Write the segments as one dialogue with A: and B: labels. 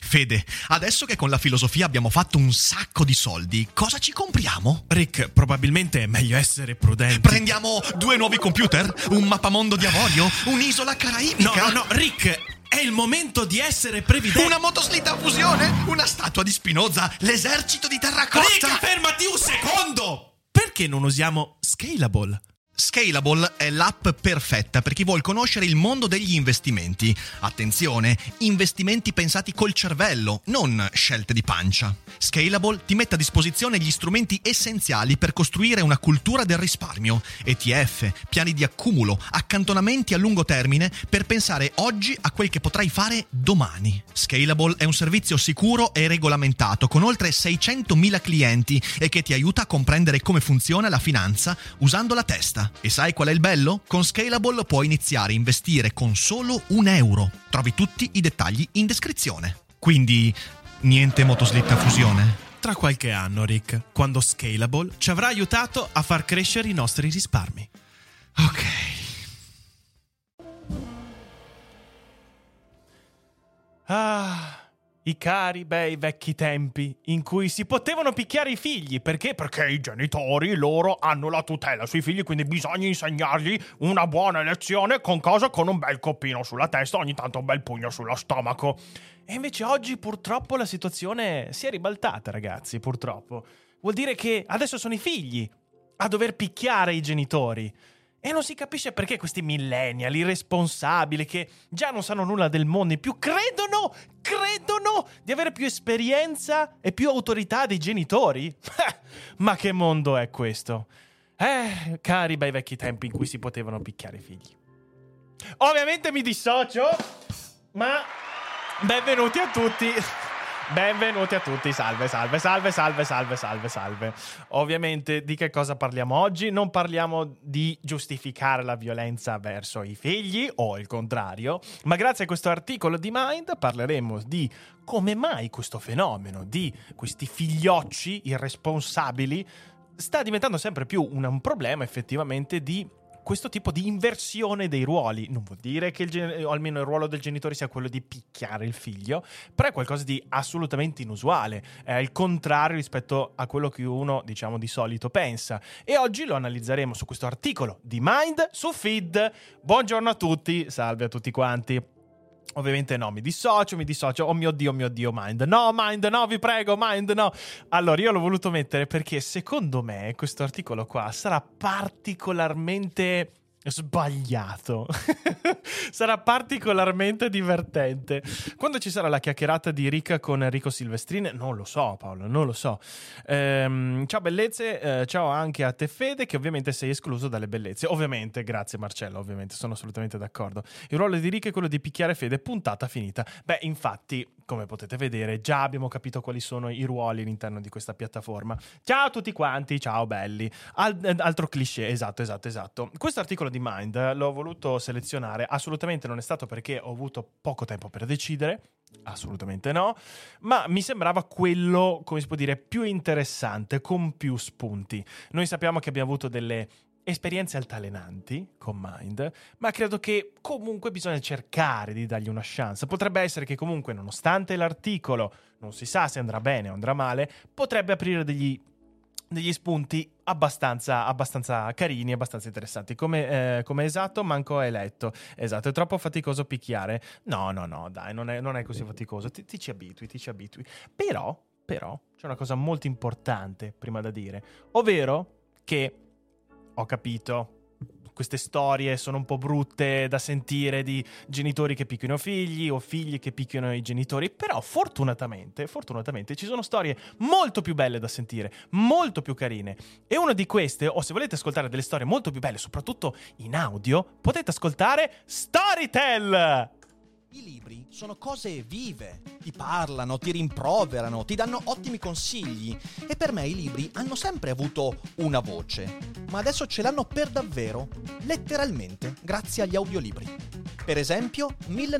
A: Fede, adesso che con la filosofia abbiamo fatto un sacco di soldi, cosa ci compriamo?
B: Rick, probabilmente è meglio essere prudenti.
A: Prendiamo 2 nuovi computer? Un mappamondo di avorio? Un'isola caraibica?
B: No, Rick, è il momento di essere previdenti.
A: Una motoslitta a fusione? Una statua di Spinoza? L'esercito di terracotta?
B: Rick, fermati un secondo! Perché non usiamo Scalable?
A: Scalable è l'app perfetta per chi vuol conoscere il mondo degli investimenti. Attenzione, investimenti pensati col cervello, non scelte di pancia. Scalable ti mette a disposizione gli strumenti essenziali per costruire una cultura del risparmio, ETF, piani di accumulo, accantonamenti a lungo termine per pensare oggi a quel che potrai fare domani. Scalable è un servizio sicuro e regolamentato con oltre 600.000 clienti e che ti aiuta a comprendere come funziona la finanza usando la testa. E sai qual è il bello? Con Scalable puoi iniziare a investire con solo €1. Trovi tutti i dettagli in descrizione. Quindi, niente motoslitta a fusione?
B: Tra qualche anno, Rick, quando Scalable ci avrà aiutato a far crescere i nostri risparmi.
A: Ok.
C: I cari bei vecchi tempi in cui si potevano picchiare i figli. Perché? Perché i genitori loro hanno la tutela sui figli, quindi bisogna insegnargli una buona lezione con cosa? Con un bel coppino sulla testa, ogni tanto un bel pugno sullo stomaco. E invece oggi purtroppo la situazione si è ribaltata, ragazzi, purtroppo. Vuol dire che adesso sono i figli a dover picchiare i genitori. E non si capisce perché questi millennial irresponsabili che già non sanno nulla del mondo in più credono di avere più esperienza e più autorità dei genitori. Ma che mondo è questo? Cari bei vecchi tempi in cui si potevano picchiare i figli. Ovviamente mi dissocio, ma benvenuti a tutti. Benvenuti a tutti, salve. Ovviamente di che cosa parliamo oggi? Non parliamo di giustificare la violenza verso i figli o il contrario, ma grazie a questo articolo di Mind parleremo di come mai questo fenomeno di questi figliocci irresponsabili sta diventando sempre più un problema effettivamente di questo tipo di inversione dei ruoli. Non vuol dire che o almeno il ruolo del genitore sia quello di picchiare il figlio, però è qualcosa di assolutamente inusuale, è il contrario rispetto a quello che uno, diciamo, di solito pensa. E oggi lo analizzeremo su questo articolo di Mind su Feed. Buongiorno a tutti, salve a tutti quanti. Ovviamente no, mi dissocio, oh mio Dio, Mind, no, vi prego, Mind, no. Allora, io l'ho voluto mettere perché secondo me questo articolo qua sarà particolarmente sbagliato. Sarà particolarmente divertente. Quando ci sarà la chiacchierata di Rick con Enrico Silvestrin, non lo so, Paolo, non lo so. Ciao bellezze, ciao anche a te Fede, che ovviamente sei escluso dalle bellezze. Ovviamente, grazie Marcello, ovviamente, sono assolutamente d'accordo. Il ruolo di Rick è quello di picchiare Fede, puntata finita. Beh, infatti, come potete vedere, già abbiamo capito quali sono i ruoli all'interno di questa piattaforma. Ciao a tutti quanti, ciao belli. Altro cliché, esatto. Questo articolo di Mind l'ho voluto selezionare, assolutamente non è stato perché ho avuto poco tempo per decidere, assolutamente no, ma mi sembrava quello, come si può dire, più interessante, con più spunti. Noi sappiamo che abbiamo avuto delle esperienze altalenanti con Mind, ma credo che comunque bisogna cercare di dargli una chance. Potrebbe essere che comunque, nonostante l'articolo non si sa se andrà bene o andrà male, potrebbe aprire degli spunti abbastanza carini, abbastanza interessanti. Come esatto, manco hai letto. Esatto, è troppo faticoso picchiare. No, dai, non è così faticoso. Ti ci abitui. Però c'è una cosa molto importante prima da dire, ovvero che ho capito, queste storie sono un po' brutte da sentire di genitori che picchiano figli o figli che picchiano i genitori, però fortunatamente ci sono storie molto più belle da sentire, molto più carine. E una di queste, o se volete ascoltare delle storie molto più belle, soprattutto in audio, potete ascoltare Storytel!
A: I libri sono cose vive, ti parlano, ti rimproverano, ti danno ottimi consigli e per me i libri hanno sempre avuto una voce, ma adesso ce l'hanno per davvero, letteralmente, grazie agli audiolibri. Per esempio,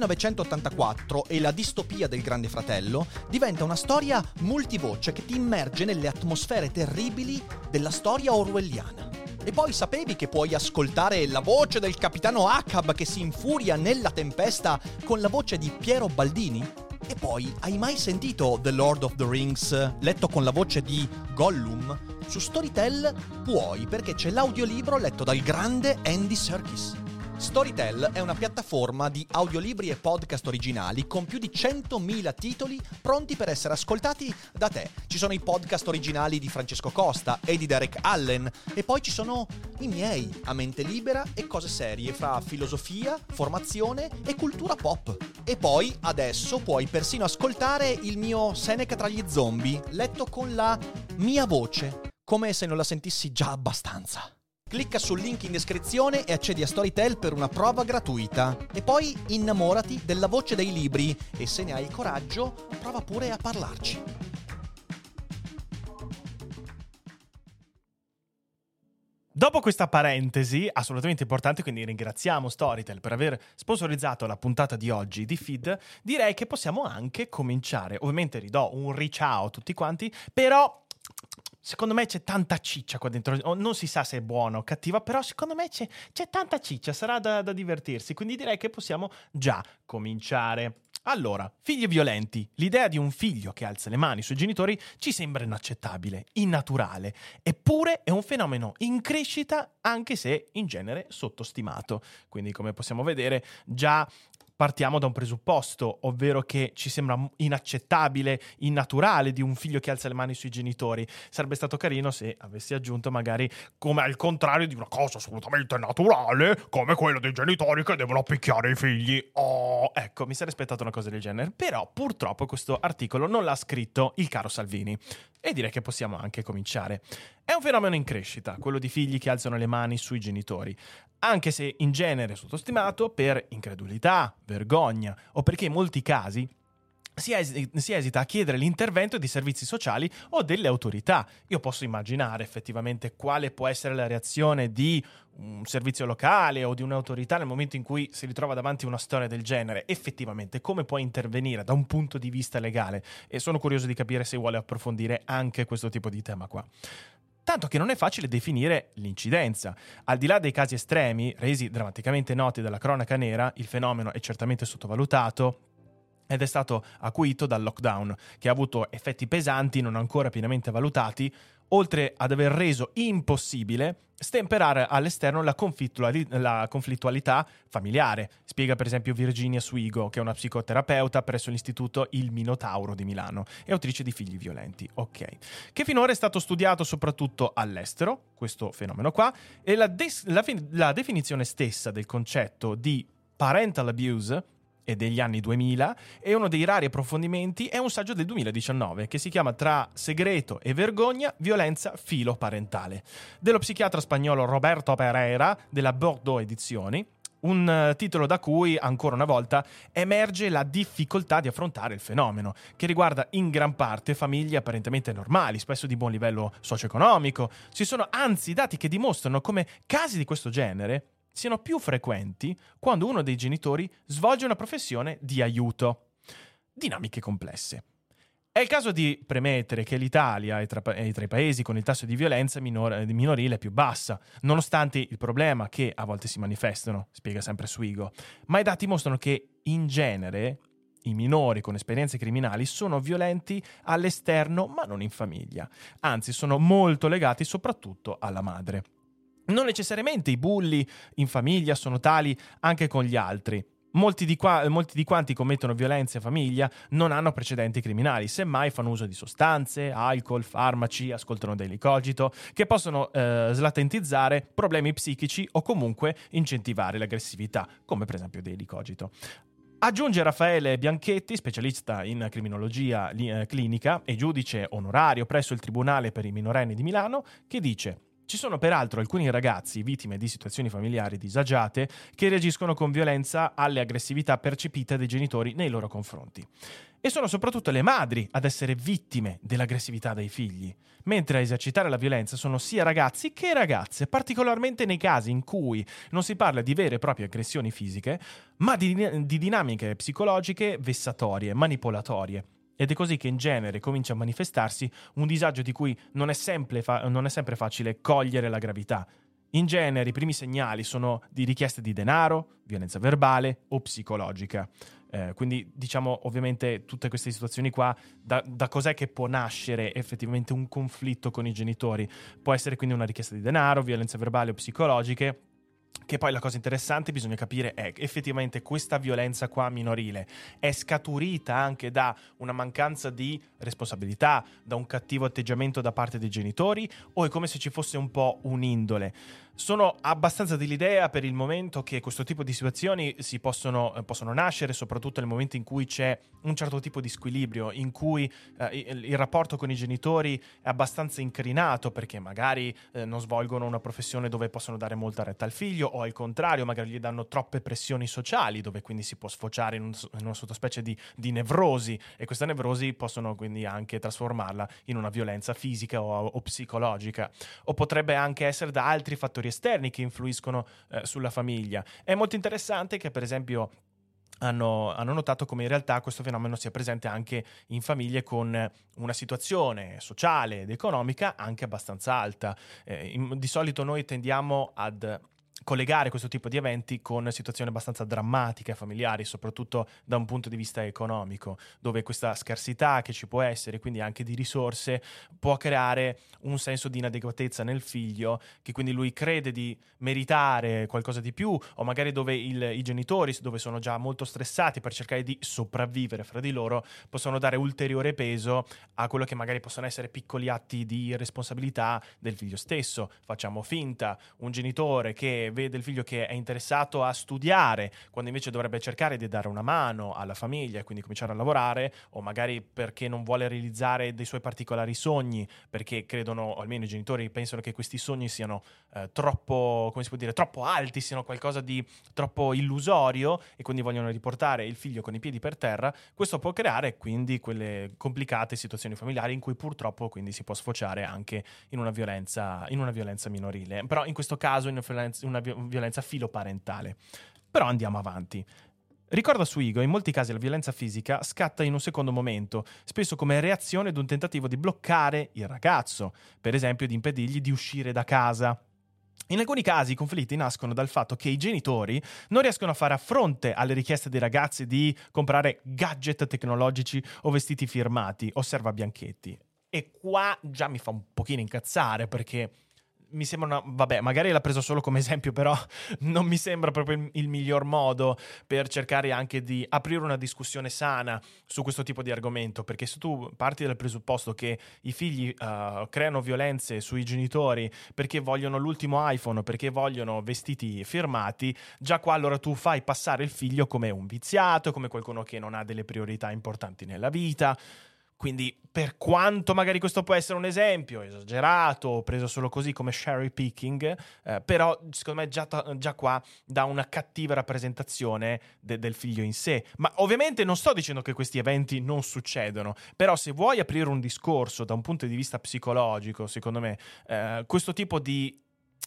A: 1984 e la distopia del Grande Fratello diventa una storia multivoce che ti immerge nelle atmosfere terribili della storia orwelliana. E poi sapevi che puoi ascoltare la voce del capitano Ahab che si infuria nella tempesta con la voce di Piero Baldini? E poi, hai mai sentito The Lord of the Rings letto con la voce di Gollum? Su Storytel puoi, perché c'è l'audiolibro letto dal grande Andy Serkis. Storytel è una piattaforma di audiolibri e podcast originali con più di 100.000 titoli pronti per essere ascoltati da te. Ci sono i podcast originali di Francesco Costa e di Derek Allen, e poi ci sono i miei, A Mente Libera e cose serie fra filosofia, formazione e cultura pop. E poi adesso puoi persino ascoltare il mio Seneca tra gli zombie letto con la mia voce, come se non la sentissi già abbastanza. Clicca sul link in descrizione e accedi a Storytel per una prova gratuita. E poi innamorati della voce dei libri e, se ne hai il coraggio, prova pure a parlarci.
C: Dopo questa parentesi assolutamente importante, quindi ringraziamo Storytel per aver sponsorizzato la puntata di oggi di Feed, direi che possiamo anche cominciare. Ovviamente ridò un riciao a tutti quanti, però secondo me c'è tanta ciccia qua dentro. Non si sa se è buona o cattiva, però secondo me c'è tanta ciccia, sarà da divertirsi, quindi direi che possiamo già cominciare. Allora, figli violenti. L'idea di un figlio che alza le mani sui genitori ci sembra inaccettabile, innaturale, eppure è un fenomeno in crescita, anche se in genere sottostimato. Quindi, come possiamo vedere, già partiamo da un presupposto, ovvero che ci sembra inaccettabile, innaturale di un figlio che alza le mani sui genitori. Sarebbe stato carino se avessi aggiunto magari come al contrario di una cosa assolutamente naturale, come quella dei genitori che devono picchiare i figli. Oh, ecco, mi sarei aspettato una cosa del genere. Però purtroppo questo articolo non l'ha scritto il caro Salvini. E direi che possiamo anche cominciare. È un fenomeno in crescita, quello di figli che alzano le mani sui genitori, anche se in genere sottostimato per incredulità, vergogna o perché in molti casi si esita a chiedere l'intervento di servizi sociali o delle autorità. Io posso immaginare effettivamente quale può essere la reazione di un servizio locale o di un'autorità nel momento in cui si ritrova davanti a una storia del genere. Effettivamente come può intervenire da un punto di vista legale, e sono curioso di capire se vuole approfondire anche questo tipo di tema qua. Tanto che non è facile definire l'incidenza. Al di là dei casi estremi, resi drammaticamente noti dalla cronaca nera, il fenomeno è certamente sottovalutato ed è stato acuito dal lockdown, che ha avuto effetti pesanti non ancora pienamente valutati, oltre ad aver reso impossibile stemperare all'esterno la conflittualità familiare. Spiega per esempio Virginia Swigo, che è una psicoterapeuta presso l'istituto Il Minotauro di Milano e autrice di Figli violenti. Ok. Che finora è stato studiato soprattutto all'estero, questo fenomeno qua, e la definizione stessa del concetto di parental abuse e degli anni 2000, e uno dei rari approfondimenti è un saggio del 2019 che si chiama Tra segreto e vergogna, violenza filoparentale, dello psichiatra spagnolo Roberto Pereira della Bordeaux Edizioni, un titolo da cui, ancora una volta, emerge la difficoltà di affrontare il fenomeno, che riguarda in gran parte famiglie apparentemente normali, spesso di buon livello socio-economico. Ci sono anzi dati che dimostrano come casi di questo genere siano più frequenti quando uno dei genitori svolge una professione di aiuto. Dinamiche complesse. È il caso di premettere che l'Italia è tra i paesi con il tasso di violenza minorile più bassa, nonostante il problema che a volte si manifestano, spiega sempre Swigo. Ma i dati mostrano che, in genere, i minori con esperienze criminali sono violenti all'esterno, ma non in famiglia. Anzi, sono molto legati soprattutto alla madre. Non necessariamente i bulli in famiglia sono tali anche con gli altri. Molti di quanti commettono violenza in famiglia non hanno precedenti criminali, semmai fanno uso di sostanze, alcol, farmaci, ascoltano dei licogito, che possono slatentizzare problemi psichici o comunque incentivare l'aggressività, come per esempio dei licogito. Aggiunge Raffaele Bianchetti, specialista in criminologia clinica e giudice onorario presso il Tribunale per i minorenni di Milano, che dice: ci sono peraltro alcuni ragazzi vittime di situazioni familiari disagiate che reagiscono con violenza alle aggressività percepite dai genitori nei loro confronti. E sono soprattutto le madri ad essere vittime dell'aggressività dei figli, mentre a esercitare la violenza sono sia ragazzi che ragazze, particolarmente nei casi in cui non si parla di vere e proprie aggressioni fisiche, ma di dinamiche psicologiche vessatorie, manipolatorie. Ed è così che in genere comincia a manifestarsi un disagio di cui non è sempre facile cogliere la gravità. In genere i primi segnali sono di richieste di denaro, violenza verbale o psicologica. Quindi diciamo ovviamente tutte queste situazioni qua, da cos'è che può nascere effettivamente un conflitto con i genitori? Può essere quindi una richiesta di denaro, violenze verbali o psicologiche. Che poi la cosa interessante bisogna capire è che effettivamente questa violenza qua minorile è scaturita anche da una mancanza di responsabilità, da un cattivo atteggiamento da parte dei genitori, o è come se ci fosse un po' un'indole. Sono abbastanza dell'idea per il momento che questo tipo di situazioni possono nascere soprattutto nel momento in cui c'è un certo tipo di squilibrio, in cui il rapporto con i genitori è abbastanza incrinato perché magari non svolgono una professione dove possono dare molta retta al figlio, o al contrario magari gli danno troppe pressioni sociali, dove quindi si può sfociare in una sottospecie di nevrosi, e questa nevrosi possono quindi anche trasformarla in una violenza fisica o psicologica, o potrebbe anche essere da altri fattori esterni che influiscono sulla famiglia. È molto interessante che per esempio hanno notato come in realtà questo fenomeno sia presente anche in famiglie con una situazione sociale ed economica anche abbastanza alta. Di solito noi tendiamo ad collegare questo tipo di eventi con situazioni abbastanza drammatiche familiari, soprattutto da un punto di vista economico, dove questa scarsità che ci può essere, quindi anche di risorse, può creare un senso di inadeguatezza nel figlio, che quindi lui crede di meritare qualcosa di più, o magari dove i genitori, dove sono già molto stressati per cercare di sopravvivere fra di loro, possono dare ulteriore peso a quello che magari possono essere piccoli atti di responsabilità del figlio stesso. Facciamo finta, un genitore che vede il figlio che è interessato a studiare, quando invece dovrebbe cercare di dare una mano alla famiglia e quindi cominciare a lavorare, o magari perché non vuole realizzare dei suoi particolari sogni, perché credono, o almeno i genitori pensano che questi sogni siano troppo, come si può dire, troppo alti, siano qualcosa di troppo illusorio, e quindi vogliono riportare il figlio con i piedi per terra. Questo può creare quindi quelle complicate situazioni familiari in cui purtroppo quindi si può sfociare anche in una violenza minorile, però in questo caso in una violenza filoparentale. Però andiamo avanti. Ricorda su Igo, in molti casi la violenza fisica scatta in un secondo momento, spesso come reazione ad un tentativo di bloccare il ragazzo, per esempio di impedirgli di uscire da casa. In alcuni casi i conflitti nascono dal fatto che i genitori non riescono a fare fronte alle richieste dei ragazzi di comprare gadget tecnologici o vestiti firmati, osserva Bianchetti. E qua già mi fa un pochino incazzare, perché mi sembra vabbè, magari l'ha preso solo come esempio, però non mi sembra proprio il miglior modo per cercare anche di aprire una discussione sana su questo tipo di argomento, perché se tu parti dal presupposto che i figli creano violenze sui genitori perché vogliono l'ultimo iPhone, perché vogliono vestiti firmati, già qua allora tu fai passare il figlio come un viziato, come qualcuno che non ha delle priorità importanti nella vita. Quindi, per quanto magari questo può essere un esempio esagerato, preso solo così come cherry picking, però secondo me già qua dà una cattiva rappresentazione del figlio in sé. Ma ovviamente non sto dicendo che questi eventi non succedono, però se vuoi aprire un discorso da un punto di vista psicologico, secondo me, questo tipo di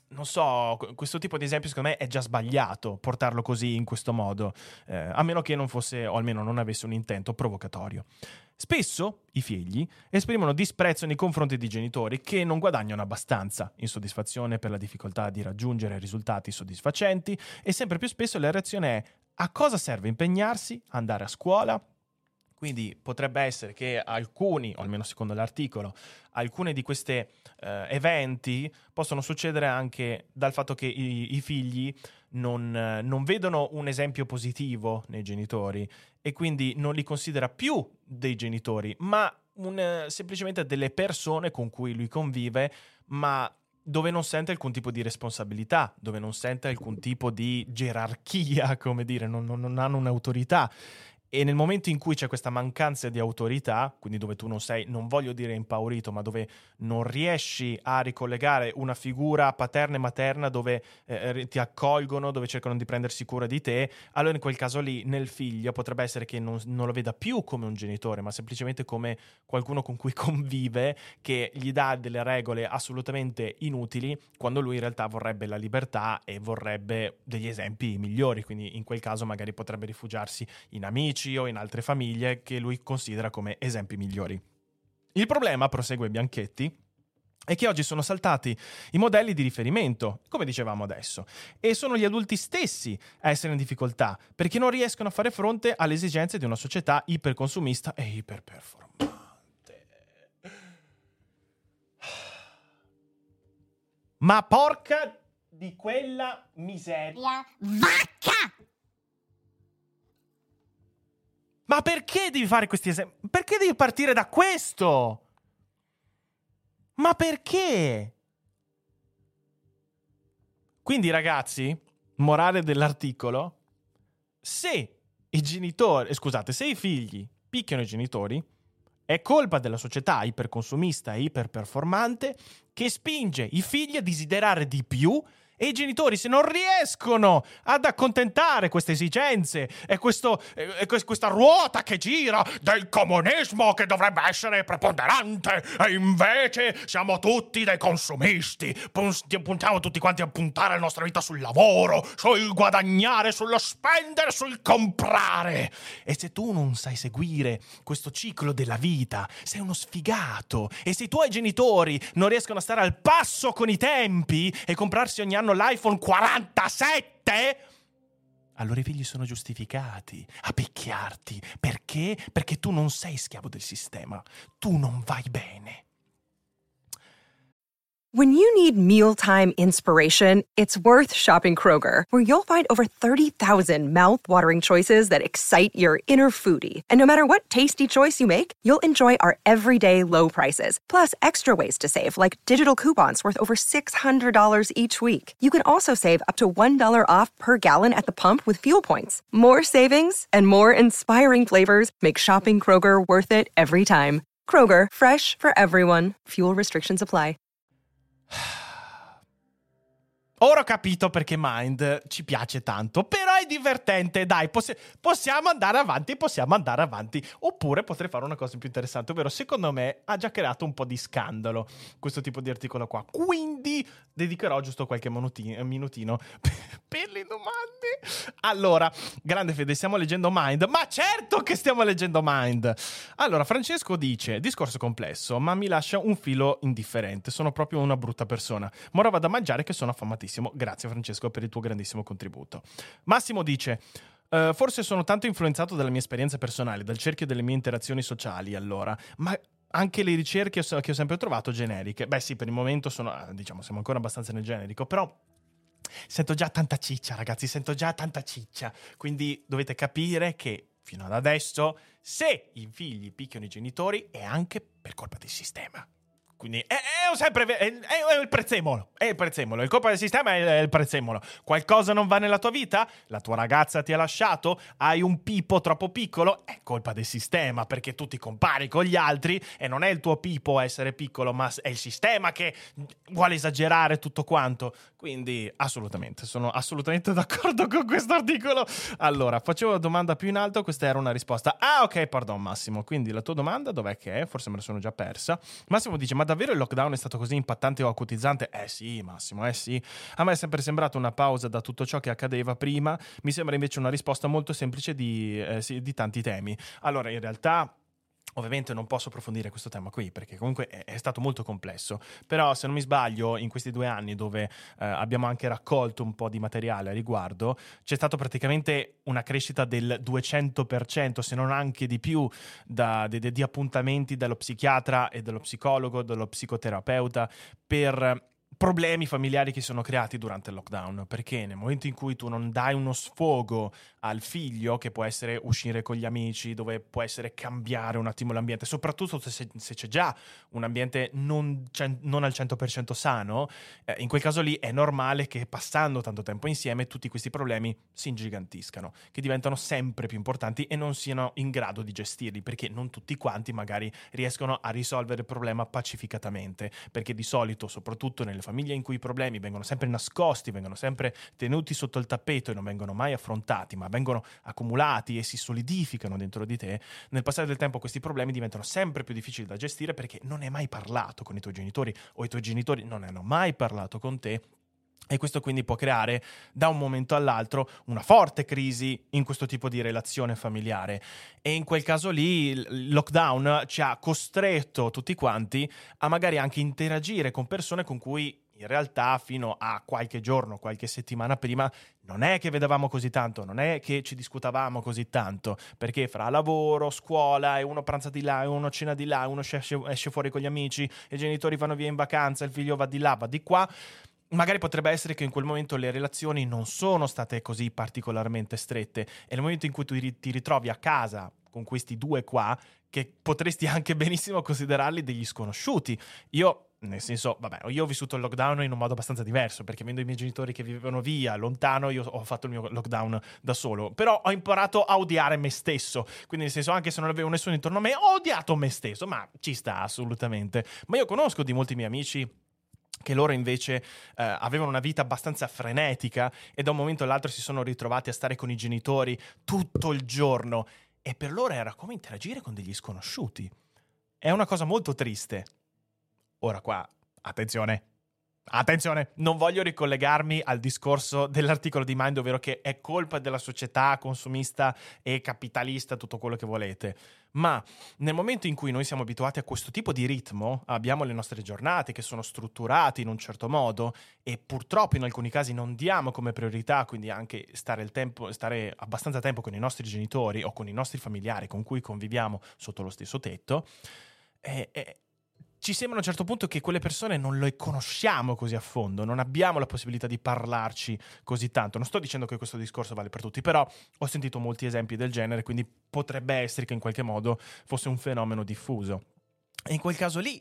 C: esempio secondo me è già sbagliato portarlo così in questo modo, a meno che non fosse, o almeno non avesse un intento provocatorio. Spesso i figli esprimono disprezzo nei confronti di genitori che non guadagnano abbastanza, insoddisfazione per la difficoltà di raggiungere risultati soddisfacenti, e sempre più spesso la reazione è: a cosa serve impegnarsi, andare a scuola? Quindi potrebbe essere che alcuni, o almeno secondo l'articolo, alcuni di questi eventi possono succedere anche dal fatto che i figli non vedono un esempio positivo nei genitori, e quindi non li considera più dei genitori, ma semplicemente delle persone con cui lui convive, ma dove non sente alcun tipo di responsabilità, dove non sente alcun tipo di gerarchia, come dire, non hanno un'autorità. E nel momento in cui c'è questa mancanza di autorità, quindi dove tu non sei, non voglio dire impaurito, ma dove non riesci a ricollegare una figura paterna e materna dove ti accolgono, dove cercano di prendersi cura di te, allora in quel caso lì nel figlio potrebbe essere che non lo veda più come un genitore, ma semplicemente come qualcuno con cui convive, che gli dà delle regole assolutamente inutili, quando lui in realtà vorrebbe la libertà e vorrebbe degli esempi migliori. Quindi in quel caso magari potrebbe rifugiarsi in amici o in altre famiglie che lui considera come esempi migliori. Il problema, prosegue Bianchetti, è che oggi sono saltati i modelli di riferimento, come dicevamo adesso, e sono gli adulti stessi a essere in difficoltà, perché non riescono a fare fronte alle esigenze di una società iperconsumista e iperperformante. Ma porca di quella miseria.
D: Vacca!
C: Ma perché devi fare questi esempi? Perché devi partire da questo? Ma perché? Quindi, ragazzi, morale dell'articolo, se i figli picchiano i genitori, è colpa della società iperconsumista e iperperformante che spinge i figli a desiderare di più, e i genitori, se non riescono ad accontentare queste esigenze e questa ruota che gira del comunismo che dovrebbe essere preponderante, e invece siamo tutti dei consumisti, puntiamo tutti quanti a puntare la nostra vita sul lavoro, sul guadagnare, sullo spendere, sul comprare. E se tu non sai seguire questo ciclo della vita, sei uno sfigato. E se i tuoi genitori non riescono a stare al passo con i tempi e comprarsi ogni anno l'iPhone 47, allora i figli sono giustificati a picchiarti. Perché? Perché tu non sei schiavo del sistema. Tu non vai bene.
E: When you need mealtime inspiration, it's worth shopping Kroger, where you'll find over 30,000 mouth-watering choices that excite your inner foodie. And no matter what tasty choice you make, you'll enjoy our everyday low prices, plus extra ways to save, like digital coupons worth over $600 each week. You can also save up to $1 off per gallon at the pump with fuel points. More savings and more inspiring flavors make shopping Kroger worth it every time. Kroger, fresh for everyone. Fuel restrictions apply.
C: Ora ho capito perché Mind ci piace tanto, però è divertente, dai, possiamo andare avanti, oppure potrei fare una cosa più interessante, ovvero secondo me ha già creato un po' di scandalo questo tipo di articolo qua, quindi dedicherò giusto qualche minutino per le domande. Allora, grande Fede, stiamo leggendo Mind? Ma certo che stiamo leggendo Mind! Allora, Francesco dice, discorso complesso, ma mi lascia un filo indifferente, sono proprio una brutta persona, ma ora vado a mangiare che sono affamatissimo. Grazie Francesco per il tuo grandissimo contributo. Massimo dice, forse sono tanto influenzato dalla mia esperienza personale, dal cerchio delle mie interazioni sociali, allora, ma anche le ricerche che ho sempre trovato generiche. Beh sì, per il momento siamo ancora abbastanza nel generico, però sento già tanta ciccia, ragazzi, quindi dovete capire che fino ad adesso, se i figli picchiano i genitori, è anche per colpa del sistema. Quindi è il prezzemolo, il colpa del sistema è il prezzemolo. Qualcosa non va nella tua vita? La tua ragazza ti ha lasciato? Hai un pipo troppo piccolo? È colpa del sistema, perché tu ti compari con gli altri e non è il tuo pipo essere piccolo, ma è il sistema che vuole esagerare tutto quanto. Quindi sono assolutamente d'accordo con questo articolo. Allora, facevo la domanda più in alto, questa era una risposta. Ah, ok, pardon Massimo, quindi la tua domanda dov'è che è? Forse me la sono già persa. Massimo dice, ma davvero il lockdown è stato così impattante o acutizzante? Sì, Massimo, sì. A me è sempre sembrato una pausa da tutto ciò che accadeva prima. Mi sembra invece una risposta molto semplice di tanti temi. Allora, in realtà, ovviamente non posso approfondire questo tema qui perché comunque è stato molto complesso, però se non mi sbaglio in questi 2 anni dove abbiamo anche raccolto un po' di materiale a riguardo, c'è stato praticamente una crescita del 200%, se non anche di più, di appuntamenti dallo psichiatra e dallo psicologo, dallo psicoterapeuta per problemi familiari che sono creati durante il lockdown, perché nel momento in cui tu non dai uno sfogo al figlio, che può essere uscire con gli amici, dove può essere cambiare un attimo l'ambiente, soprattutto se c'è già un ambiente non al 100% sano, in quel caso lì è normale che passando tanto tempo insieme tutti questi problemi si ingigantiscano, che diventano sempre più importanti e non siano in grado di gestirli, perché non tutti quanti magari riescono a risolvere il problema pacificatamente, perché di solito, soprattutto nelle famiglie in cui i problemi vengono sempre nascosti, vengono sempre tenuti sotto il tappeto e non vengono mai affrontati, ma vengono accumulati e si solidificano dentro di te, nel passare del tempo questi problemi diventano sempre più difficili da gestire perché non hai mai parlato con i tuoi genitori o i tuoi genitori non hanno mai parlato con te E questo quindi può creare da un momento all'altro una forte crisi in questo tipo di relazione familiare. E in quel caso lì il lockdown ci ha costretto tutti quanti a magari anche interagire con persone con cui in realtà fino a qualche giorno, qualche settimana prima non è che vedevamo così tanto, non è che ci discutavamo così tanto, perché fra lavoro, scuola, e uno pranza di là, e uno cena di là, uno esce fuori con gli amici, e i genitori vanno via in vacanza, il figlio va di là, va di qua. Magari potrebbe essere che in quel momento le relazioni non sono state così particolarmente strette, e nel momento in cui tu ti ritrovi a casa con questi due qua, che potresti anche benissimo considerarli degli sconosciuti. Io, nel senso, io ho vissuto il lockdown in un modo abbastanza diverso, perché avendo i miei genitori che vivevano via, lontano, io ho fatto il mio lockdown da solo. Però ho imparato a odiare me stesso, quindi nel senso, anche se non avevo nessuno intorno a me, ho odiato me stesso, ma ci sta assolutamente. Ma io conosco di molti miei amici che loro invece avevano una vita abbastanza frenetica e da un momento all'altro si sono ritrovati a stare con i genitori tutto il giorno, e per loro era come interagire con degli sconosciuti. È una cosa molto triste. Ora qua, attenzione, non voglio ricollegarmi al discorso dell'articolo di Mind, ovvero che è colpa della società consumista e capitalista, tutto quello che volete. Ma nel momento in cui noi siamo abituati a questo tipo di ritmo, abbiamo le nostre giornate che sono strutturate in un certo modo, e purtroppo in alcuni casi non diamo come priorità, quindi anche stare abbastanza tempo con i nostri genitori o con i nostri familiari con cui conviviamo sotto lo stesso tetto, ci sembra a un certo punto che quelle persone non le conosciamo così a fondo, non abbiamo la possibilità di parlarci così tanto. Non sto dicendo che questo discorso vale per tutti, però ho sentito molti esempi del genere, quindi potrebbe essere che in qualche modo fosse un fenomeno diffuso. E in quel caso lì,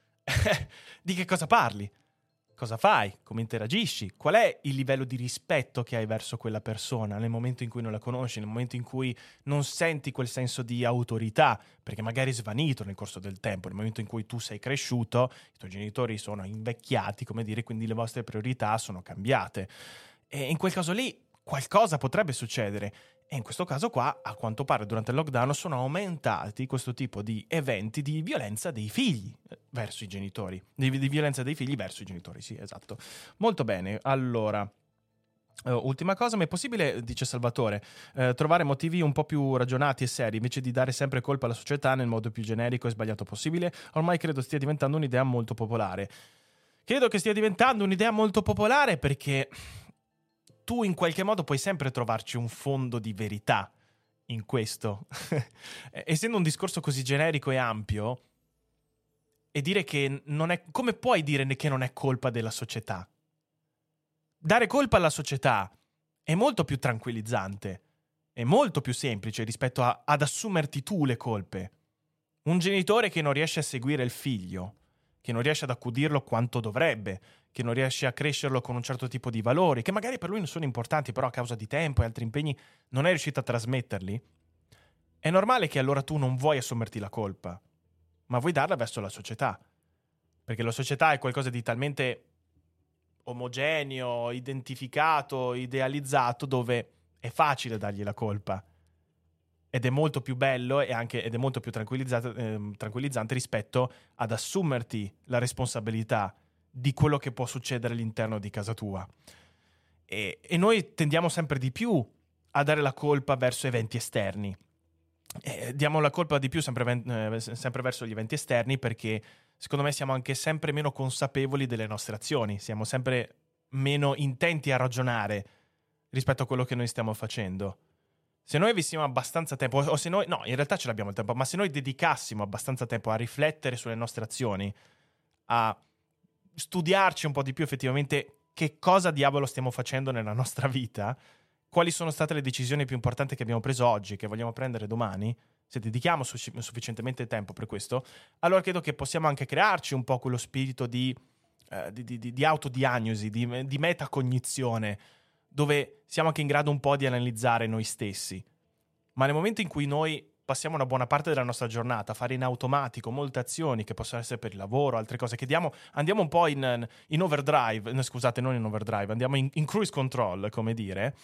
C: di che cosa parli? Cosa fai? Come interagisci? Qual è il livello di rispetto che hai verso quella persona nel momento in cui non la conosci, nel momento in cui non senti quel senso di autorità, perché magari è svanito nel corso del tempo, nel momento in cui tu sei cresciuto, i tuoi genitori sono invecchiati, come dire, quindi le vostre priorità sono cambiate. E in quel caso lì qualcosa potrebbe succedere. E in questo caso qua, a quanto pare, durante il lockdown sono aumentati questo tipo di eventi di violenza dei figli verso i genitori. Di violenza dei figli verso i genitori, sì, esatto. Molto bene, allora... ultima cosa, ma è possibile, dice Salvatore, trovare motivi un po' più ragionati e seri invece di dare sempre colpa alla società nel modo più generico e sbagliato possibile? Ormai credo stia diventando un'idea molto popolare. Credo che stia diventando un'idea molto popolare perché... tu in qualche modo puoi sempre trovarci un fondo di verità in questo. Essendo un discorso così generico e ampio, e dire che non è... come puoi dire che non è colpa della società? Dare colpa alla società è molto più tranquillizzante, è molto più semplice rispetto ad assumerti tu le colpe. Un genitore che non riesce a seguire il figlio, che non riesce ad accudirlo quanto dovrebbe, che non riesce a crescerlo con un certo tipo di valori, che magari per lui non sono importanti, però a causa di tempo e altri impegni non è riuscito a trasmetterli, è normale che allora tu non vuoi assumerti la colpa, ma vuoi darla verso la società. Perché la società è qualcosa di talmente omogeneo, identificato, idealizzato, dove è facile dargli la colpa. Ed è molto più bello ed è molto più tranquillizzante rispetto ad assumerti la responsabilità di quello che può succedere all'interno di casa tua. E noi tendiamo sempre di più a dare la colpa verso eventi esterni. Diamo la colpa di più sempre verso gli eventi esterni perché secondo me siamo anche sempre meno consapevoli delle nostre azioni, siamo sempre meno intenti a ragionare rispetto a quello che noi stiamo facendo. Se noi avessimo abbastanza tempo, o se noi, no, in realtà ce l'abbiamo il tempo, ma se noi dedicassimo abbastanza tempo a riflettere sulle nostre azioni, a studiarci un po' di più effettivamente che cosa diavolo stiamo facendo nella nostra vita, quali sono state le decisioni più importanti che abbiamo preso oggi, che vogliamo prendere domani, se dedichiamo sufficientemente tempo per questo, allora credo che possiamo anche crearci un po' quello spirito di autodiagnosi, di metacognizione, dove siamo anche in grado un po' di analizzare noi stessi. Ma nel momento in cui noi passiamo una buona parte della nostra giornata a fare in automatico molte azioni che possono essere per il lavoro, altre cose che andiamo un po' in overdrive, no, scusate, non in overdrive, andiamo in cruise control, come dire,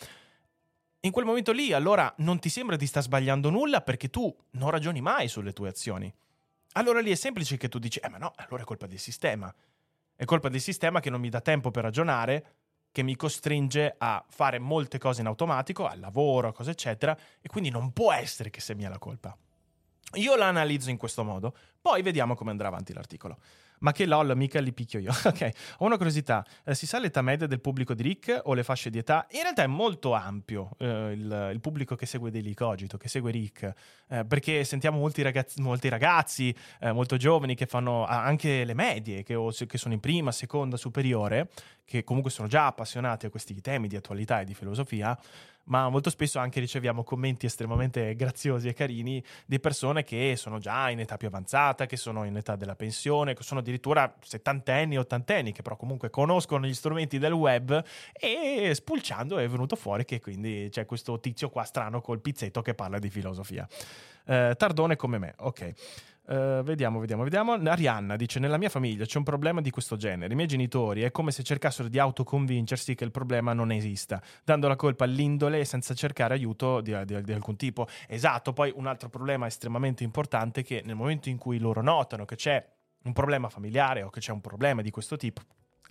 C: in quel momento lì allora non ti sembra di star sbagliando nulla perché tu non ragioni mai sulle tue azioni. Allora lì è semplice che tu dici, ma no, allora è colpa del sistema. È colpa del sistema che non mi dà tempo per ragionare, che mi costringe a fare molte cose in automatico, al lavoro, cose eccetera, e quindi non può essere che sia mia la colpa. Io la analizzo in questo modo, poi vediamo come andrà avanti l'articolo. Ma che lol, mica li picchio io. Ok, ho una curiosità. Si sa l'età media del pubblico di Rick o le fasce di età? In realtà è molto ampio il pubblico che segue Daily Cogito, che segue Rick, perché sentiamo molti ragazzi molto giovani che fanno anche le medie, che sono in prima, seconda, superiore, che comunque sono già appassionati a questi temi di attualità e di filosofia, ma molto spesso anche riceviamo commenti estremamente graziosi e carini di persone che sono già in età più avanzata, che sono in età della pensione, che sono addirittura settantenni, ottantenni, che però comunque conoscono gli strumenti del web, e spulciando è venuto fuori che quindi c'è questo tizio qua strano col pizzetto che parla di filosofia. Tardone come me, ok. Vediamo. Arianna dice: nella mia famiglia c'è un problema di questo genere. I miei genitori è come se cercassero di autoconvincersi che il problema non esista, dando la colpa all'indole e senza cercare aiuto di alcun tipo. Esatto, poi un altro problema estremamente importante è che nel momento in cui loro notano che c'è un problema familiare o che c'è un problema di questo tipo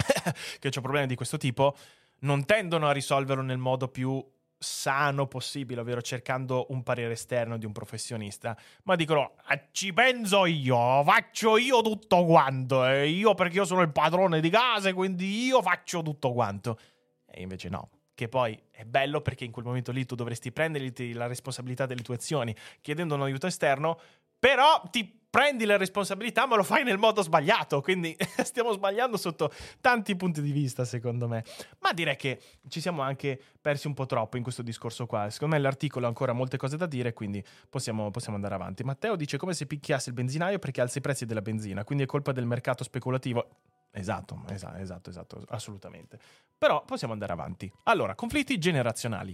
C: non tendono a risolverlo nel modo più sano possibile, ovvero cercando un parere esterno di un professionista, ma dicono: ci penso io, faccio io tutto quanto, io perché io sono il padrone di casa, quindi io faccio tutto quanto. E invece no, che poi è bello perché in quel momento lì tu dovresti prenderti la responsabilità delle tue azioni chiedendo un aiuto esterno, però ti prendi la responsabilità ma lo fai nel modo sbagliato, quindi stiamo sbagliando sotto tanti punti di vista secondo me, ma direi che ci siamo anche persi un po' troppo in questo discorso qua. Secondo me l'articolo ha ancora molte cose da dire, quindi possiamo andare avanti. Matteo dice: come se picchiasse il benzinaio perché alza i prezzi della benzina, quindi è colpa del mercato speculativo. Esatto, assolutamente. Però possiamo andare avanti. Allora, conflitti generazionali.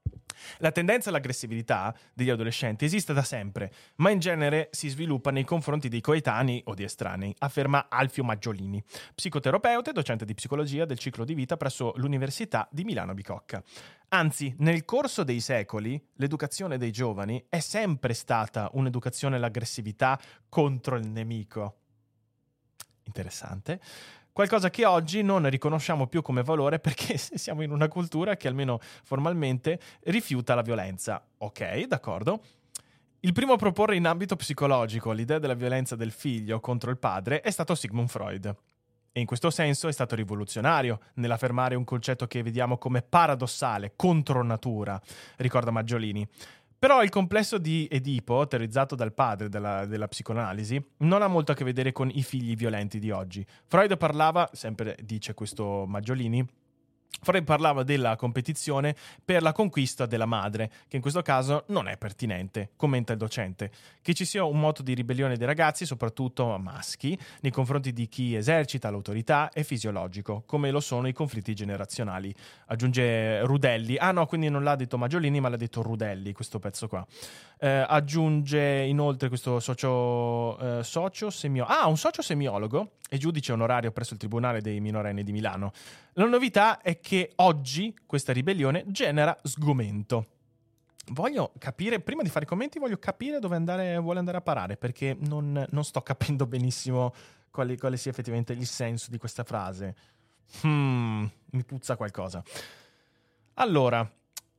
C: La tendenza all'aggressività degli adolescenti esiste da sempre, ma in genere si sviluppa nei confronti dei coetanei o di estranei, afferma Alfio Maggiolini, psicoterapeuta e docente di psicologia del ciclo di vita presso l'Università di Milano Bicocca. Anzi, nel corso dei secoli, l'educazione dei giovani è sempre stata un'educazione all'aggressività contro il nemico. Interessante. Qualcosa che oggi non riconosciamo più come valore perché siamo in una cultura che almeno formalmente rifiuta la violenza. Ok, d'accordo. Il primo a proporre in ambito psicologico l'idea della violenza del figlio contro il padre è stato Sigmund Freud. E in questo senso è stato rivoluzionario nell'affermare un concetto che vediamo come paradossale, contro natura, ricorda Maggiolini. Però il complesso di Edipo, teorizzato dal padre della psicoanalisi, non ha molto a che vedere con i figli violenti di oggi. Freud parlava, sempre dice questo Maggiolini, Freud parlava della competizione per la conquista della madre, che in questo caso non è pertinente, commenta il docente. Che ci sia un moto di ribellione dei ragazzi, soprattutto maschi, nei confronti di chi esercita l'autorità è fisiologico, come lo sono i conflitti generazionali. Aggiunge Rudelli. Ah no, quindi non l'ha detto Maggiolini, ma l'ha detto Rudelli, questo pezzo qua. Aggiunge inoltre questo un socio semiologo e giudice onorario presso il Tribunale dei minorenni di Milano. La novità è che oggi questa ribellione genera sgomento. Voglio capire, prima di fare i commenti, voglio capire dove vuole andare a parare, perché non sto capendo benissimo quale sia effettivamente il senso di questa frase. Mi puzza qualcosa. Allora,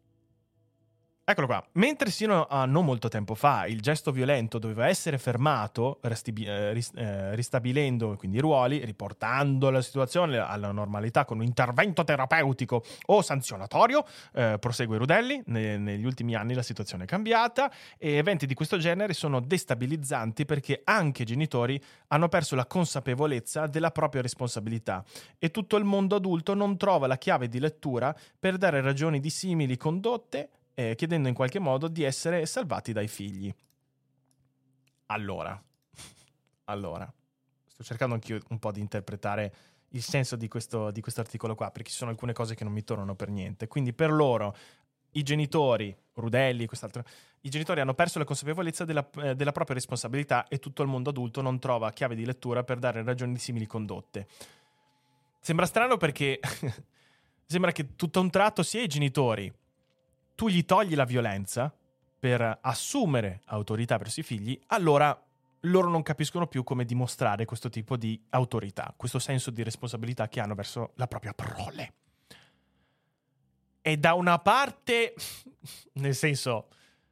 C: eccolo qua. Mentre sino a non molto tempo fa il gesto violento doveva essere fermato, ristabilendo quindi i ruoli, riportando la situazione alla normalità con un intervento terapeutico o sanzionatorio, prosegue Rudelli, negli ultimi anni la situazione è cambiata e eventi di questo genere sono destabilizzanti perché anche i genitori hanno perso la consapevolezza della propria responsabilità e tutto il mondo adulto non trova la chiave di lettura per dare ragioni di simili condotte, chiedendo in qualche modo di essere salvati dai figli. Allora, sto cercando anch'io un po' di interpretare il senso di questo articolo qua, perché ci sono alcune cose che non mi tornano per niente. Quindi per loro, i genitori, Rudelli, i genitori hanno perso la consapevolezza della propria responsabilità e tutto il mondo adulto non trova chiave di lettura per dare ragioni di simili condotte. Sembra strano perché sembra che tutto a un tratto sia i genitori tu gli togli la violenza per assumere autorità verso i figli, allora loro non capiscono più come dimostrare questo tipo di autorità, questo senso di responsabilità che hanno verso la propria prole. E da una parte, nel senso,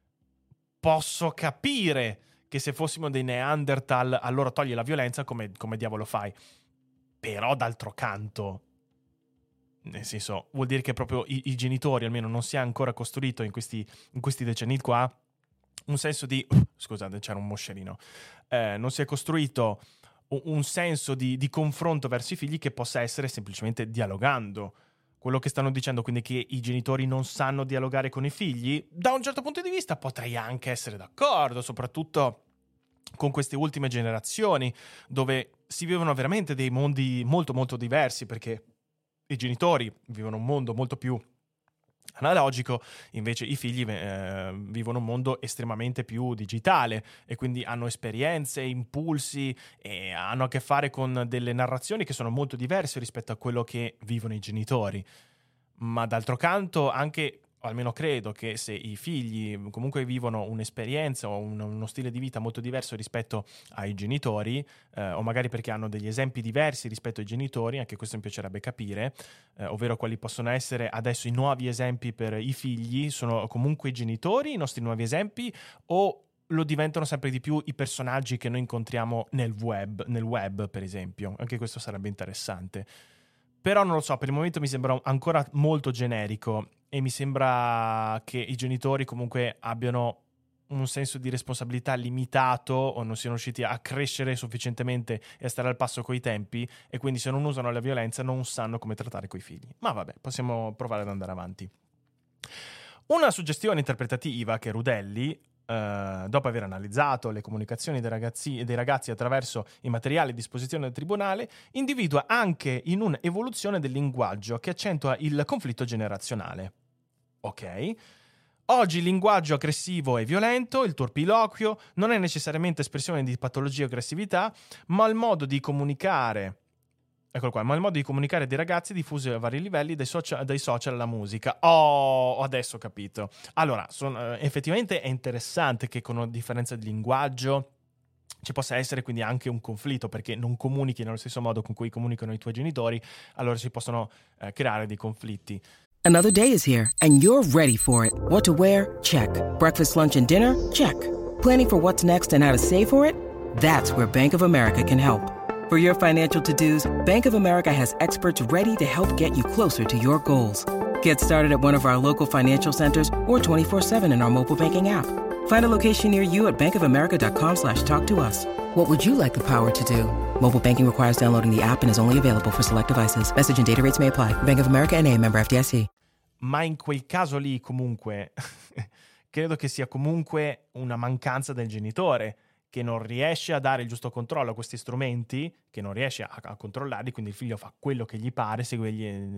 C: posso capire che se fossimo dei Neanderthal allora togli la violenza, come diavolo fai? Però d'altro canto, nel senso, vuol dire che proprio i genitori almeno non si è ancora costruito in questi decenni qua un senso di... scusate, c'era un moscerino. Non si è costruito un senso di confronto verso i figli che possa essere semplicemente dialogando. Quello che stanno dicendo quindi che i genitori non sanno dialogare con i figli, da un certo punto di vista potrei anche essere d'accordo, soprattutto con queste ultime generazioni, dove si vivono veramente dei mondi molto molto diversi, perché i genitori vivono un mondo molto più analogico, invece i figli vivono un mondo estremamente più digitale e quindi hanno esperienze, impulsi e hanno a che fare con delle narrazioni che sono molto diverse rispetto a quello che vivono i genitori. Ma d'altro canto anche, o almeno credo, che se i figli comunque vivono un'esperienza o uno stile di vita molto diverso rispetto ai genitori, o magari perché hanno degli esempi diversi rispetto ai genitori, anche questo mi piacerebbe capire, ovvero quali possono essere adesso i nuovi esempi per i figli. Sono comunque i genitori i nostri nuovi esempi o lo diventano sempre di più i personaggi che noi incontriamo nel web per esempio? Anche questo sarebbe interessante. Però non lo so, per il momento mi sembra ancora molto generico e mi sembra che i genitori comunque abbiano un senso di responsabilità limitato o non siano riusciti a crescere sufficientemente e a stare al passo coi tempi, e quindi se non usano la violenza non sanno come trattare coi figli. Ma vabbè, possiamo provare ad andare avanti. Una suggestione interpretativa che Rudelli, dopo aver analizzato le comunicazioni dei ragazzi attraverso i materiali a disposizione del tribunale, individua anche in un'evoluzione del linguaggio che accentua il conflitto generazionale. Ok? Oggi il linguaggio aggressivo e violento, il turpiloquio, non è necessariamente espressione di patologia o aggressività, ma il modo di comunicare... Eccolo qua, ma il modo di comunicare dei ragazzi diffuso a vari livelli, dai social alla musica. Oh, adesso ho capito. Allora, effettivamente è interessante che con una differenza di linguaggio ci possa essere quindi anche un conflitto, perché non comunichi nello stesso modo con cui comunicano i tuoi genitori, allora si possono creare dei conflitti.
D: Another day is here, and you're ready for it. What to wear? Check. Breakfast, lunch, and dinner? Check. Planning for what's next and how to save for it? That's where Bank of America can help. For your financial to-dos, Bank of America has experts ready to help get you closer to your goals. Get started at one of our local financial centers or 24/7 in our mobile banking app. Find a location near you at bankofamerica.com/talktous. What would you like the power to do? Mobile banking requires downloading the app and is only available for select devices. Message and data rates may apply. Bank of America NA, member FDIC.
C: Ma in quel caso lì comunque credo che sia comunque una mancanza del genitore, che non riesce a dare il giusto controllo a questi strumenti, che non riesce a controllarli, quindi il figlio fa quello che gli pare, segue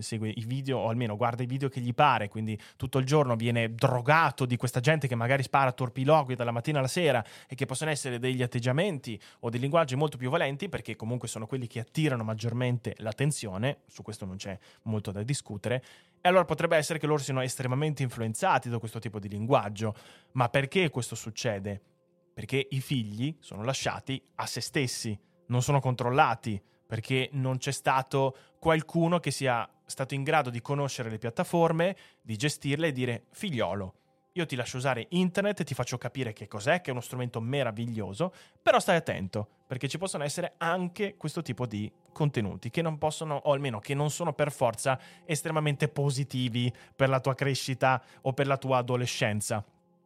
C: i video, o almeno guarda i video che gli pare, quindi tutto il giorno viene drogato di questa gente che magari spara torpiloqui dalla mattina alla sera e che possono essere degli atteggiamenti o dei linguaggi molto più violenti, perché comunque sono quelli che attirano maggiormente l'attenzione, su questo non c'è molto da discutere. E allora potrebbe essere che loro siano estremamente influenzati da questo tipo di linguaggio. Ma perché questo succede? Perché i figli sono lasciati a se stessi, non sono controllati, perché non c'è stato qualcuno che sia stato in grado di conoscere le piattaforme, di gestirle e dire: figliolo, io ti lascio usare internet, ti faccio capire che cos'è, che è uno strumento meraviglioso, però stai attento, perché ci possono essere anche questo tipo di contenuti che non possono, o almeno che non sono per forza estremamente positivi per la tua crescita o per la tua adolescenza.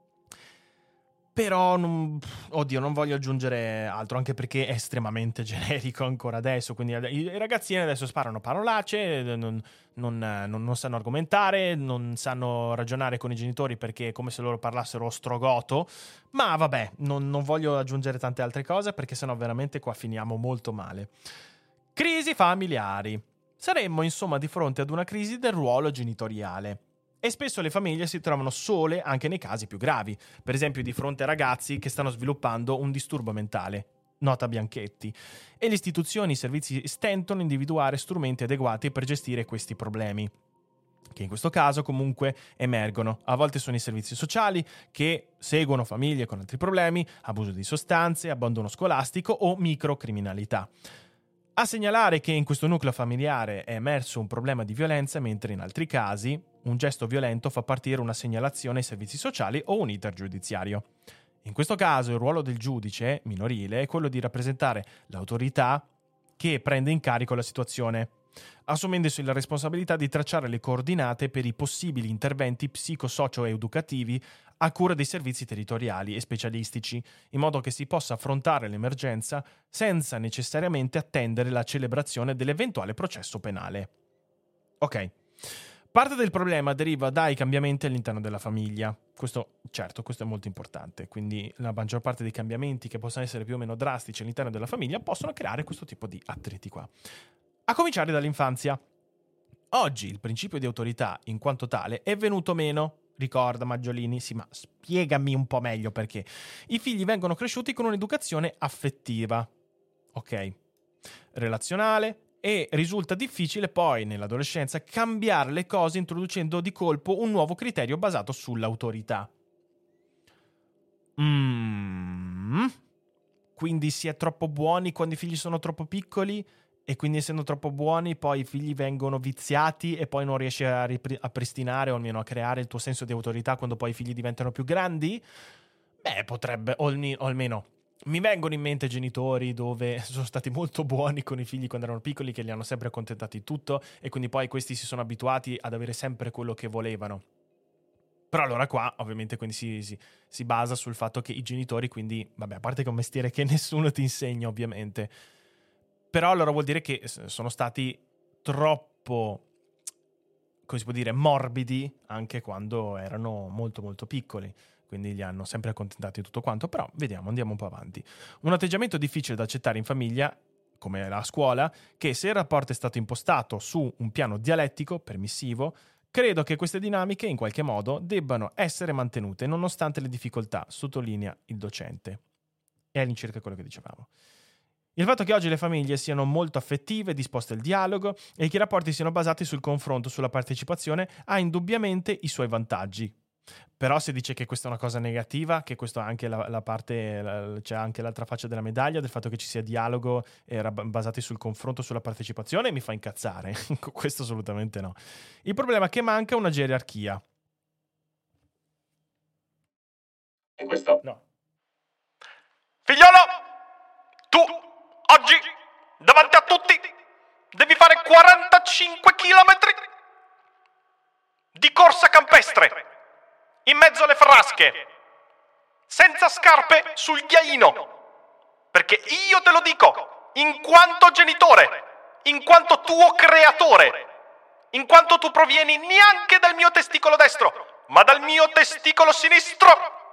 C: Però, non voglio aggiungere altro, anche perché è estremamente generico ancora adesso. Quindi i ragazzini adesso sparano parolacce, non sanno argomentare, non sanno ragionare con i genitori perché è come se loro parlassero ostrogoto. Ma vabbè, non voglio aggiungere tante altre cose, perché sennò veramente qua finiamo molto male. Crisi familiari. Saremmo insomma di fronte ad una crisi del ruolo genitoriale. E spesso le famiglie si trovano sole anche nei casi più gravi, per esempio di fronte a ragazzi che stanno sviluppando un disturbo mentale, nota Bianchetti, e le istituzioni e i servizi stentano a individuare strumenti adeguati per gestire questi problemi, che in questo caso comunque emergono. A volte sono i servizi sociali che seguono famiglie con altri problemi, abuso di sostanze, abbandono scolastico o microcriminalità. A segnalare che in questo nucleo familiare è emerso un problema di violenza, mentre in altri casi un gesto violento fa partire una segnalazione ai servizi sociali o un iter giudiziario. In questo caso il ruolo del giudice minorile è quello di rappresentare l'autorità che prende in carico la situazione, assumendosi la responsabilità di tracciare le coordinate per i possibili interventi psicosocio-educativi a cura dei servizi territoriali e specialistici, in modo che si possa affrontare l'emergenza senza necessariamente attendere la celebrazione dell'eventuale processo penale. Ok. Parte del problema deriva dai cambiamenti all'interno della famiglia. Questo è molto importante. Quindi la maggior parte dei cambiamenti, che possono essere più o meno drastici all'interno della famiglia, possono creare questo tipo di attriti qua. A cominciare dall'infanzia. Oggi il principio di autorità, in quanto tale, è venuto meno. Ricorda Maggiolini? Sì, ma spiegami un po' meglio perché. I figli vengono cresciuti con un'educazione affettiva, ok? Relazionale, e risulta difficile poi nell'adolescenza cambiare le cose introducendo di colpo un nuovo criterio basato sull'autorità. Quindi si è troppo buoni quando i figli sono troppo piccoli, e quindi essendo troppo buoni poi i figli vengono viziati e poi non riesci a pristinare o almeno a creare il tuo senso di autorità quando poi i figli diventano più grandi? Beh, potrebbe, o almeno mi vengono in mente genitori dove sono stati molto buoni con i figli quando erano piccoli, che li hanno sempre accontentati tutto, e quindi poi questi si sono abituati ad avere sempre quello che volevano. Però allora qua ovviamente quindi si basa sul fatto che i genitori, quindi vabbè, a parte che è un mestiere che nessuno ti insegna ovviamente, però allora vuol dire che sono stati troppo, come si può dire, morbidi anche quando erano molto molto piccoli. Quindi li hanno sempre accontentati tutto quanto. Però vediamo, andiamo un po' avanti. Un atteggiamento difficile da accettare in famiglia, come la scuola, che se il rapporto è stato impostato su un piano dialettico, permissivo, credo che queste dinamiche in qualche modo debbano essere mantenute nonostante le difficoltà, sottolinea il docente. È all'incirca quello che dicevamo. Il fatto che oggi le famiglie siano molto affettive, disposte al dialogo e che i rapporti siano basati sul confronto, sulla partecipazione, ha indubbiamente i suoi vantaggi. Però se dice che questa è una cosa negativa, che questo è anche la parte, c'è anche l'altra faccia della medaglia del fatto che ci sia dialogo basati sul confronto, sulla partecipazione, mi fa incazzare. Questo assolutamente no. Il problema è che manca una gerarchia.
F: E questo?
C: No. Figliolo, tu oggi davanti a tutti devi fare 45 chilometri di corsa campestre in mezzo alle frasche, senza scarpe sul ghiaino, perché io te lo dico, in quanto genitore, in quanto tuo creatore, in quanto tu provieni neanche dal mio testicolo destro, ma dal mio testicolo sinistro.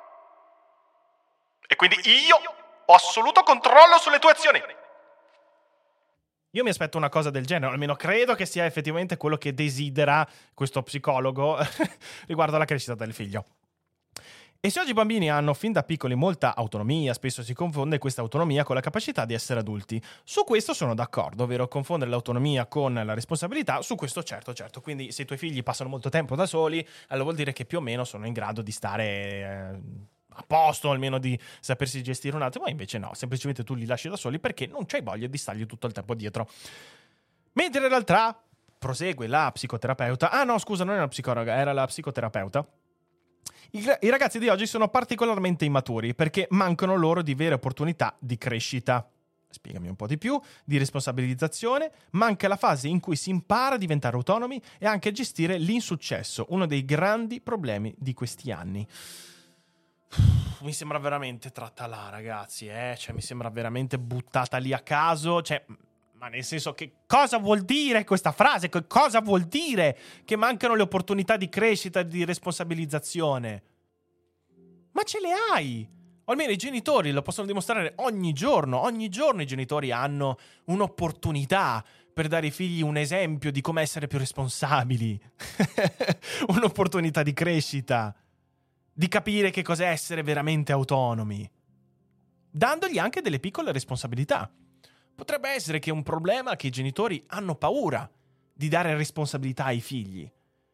C: E quindi io ho assoluto controllo sulle tue azioni. Io mi aspetto una cosa del genere, almeno credo che sia effettivamente quello che desidera questo psicologo riguardo alla crescita del figlio. E se oggi i bambini hanno fin da piccoli molta autonomia, spesso si confonde questa autonomia con la capacità di essere adulti. Su questo sono d'accordo, ovvero confondere l'autonomia con la responsabilità, su questo certo. Quindi se i tuoi figli passano molto tempo da soli, allora vuol dire che più o meno sono in grado di stare a posto, almeno di sapersi gestire un attimo, ma invece no, semplicemente tu li lasci da soli perché non c'hai voglia di stargli tutto il tempo dietro. Mentre in realtà prosegue la psicoterapeuta, non era la psicologa, era la psicoterapeuta. I ragazzi di oggi sono particolarmente immaturi perché mancano loro di vere opportunità di crescita. Spiegami un po' di più, di responsabilizzazione, manca la fase in cui si impara a diventare autonomi e anche a gestire l'insuccesso, uno dei grandi problemi di questi anni. Mi sembra veramente tratta là, ragazzi, cioè mi sembra veramente buttata lì a caso, cioè, ma nel senso, che cosa vuol dire questa frase? Che cosa vuol dire che mancano le opportunità di crescita, di responsabilizzazione? Ma ce le hai! O almeno i genitori lo possono dimostrare ogni giorno i genitori hanno un'opportunità per dare ai figli un esempio di come essere più responsabili, un'opportunità di crescita, di capire che cos'è essere veramente autonomi, dandogli anche delle piccole responsabilità. Potrebbe essere che è un problema che i genitori hanno paura di dare responsabilità ai figli.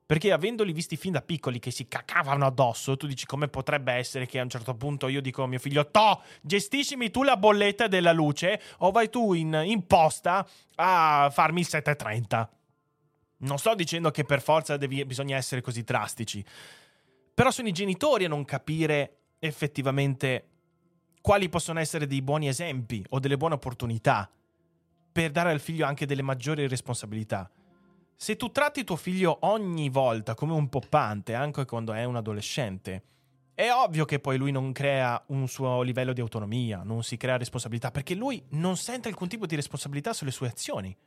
C: Perché avendoli visti fin da piccoli che si cacavano addosso, tu dici come potrebbe essere che a un certo punto io dico a mio figlio gestiscimi tu la bolletta della luce o vai tu in posta a farmi il 730. Non sto dicendo che per forza bisogna essere così drastici, però sono i genitori a non capire effettivamente quali possono essere dei buoni esempi o delle buone opportunità per dare al figlio anche delle maggiori responsabilità. Se tu tratti tuo figlio ogni volta come un poppante, anche quando è un adolescente, è ovvio che poi lui non crea un suo livello di autonomia, non si crea responsabilità, perché lui non sente alcun tipo di responsabilità sulle sue azioni.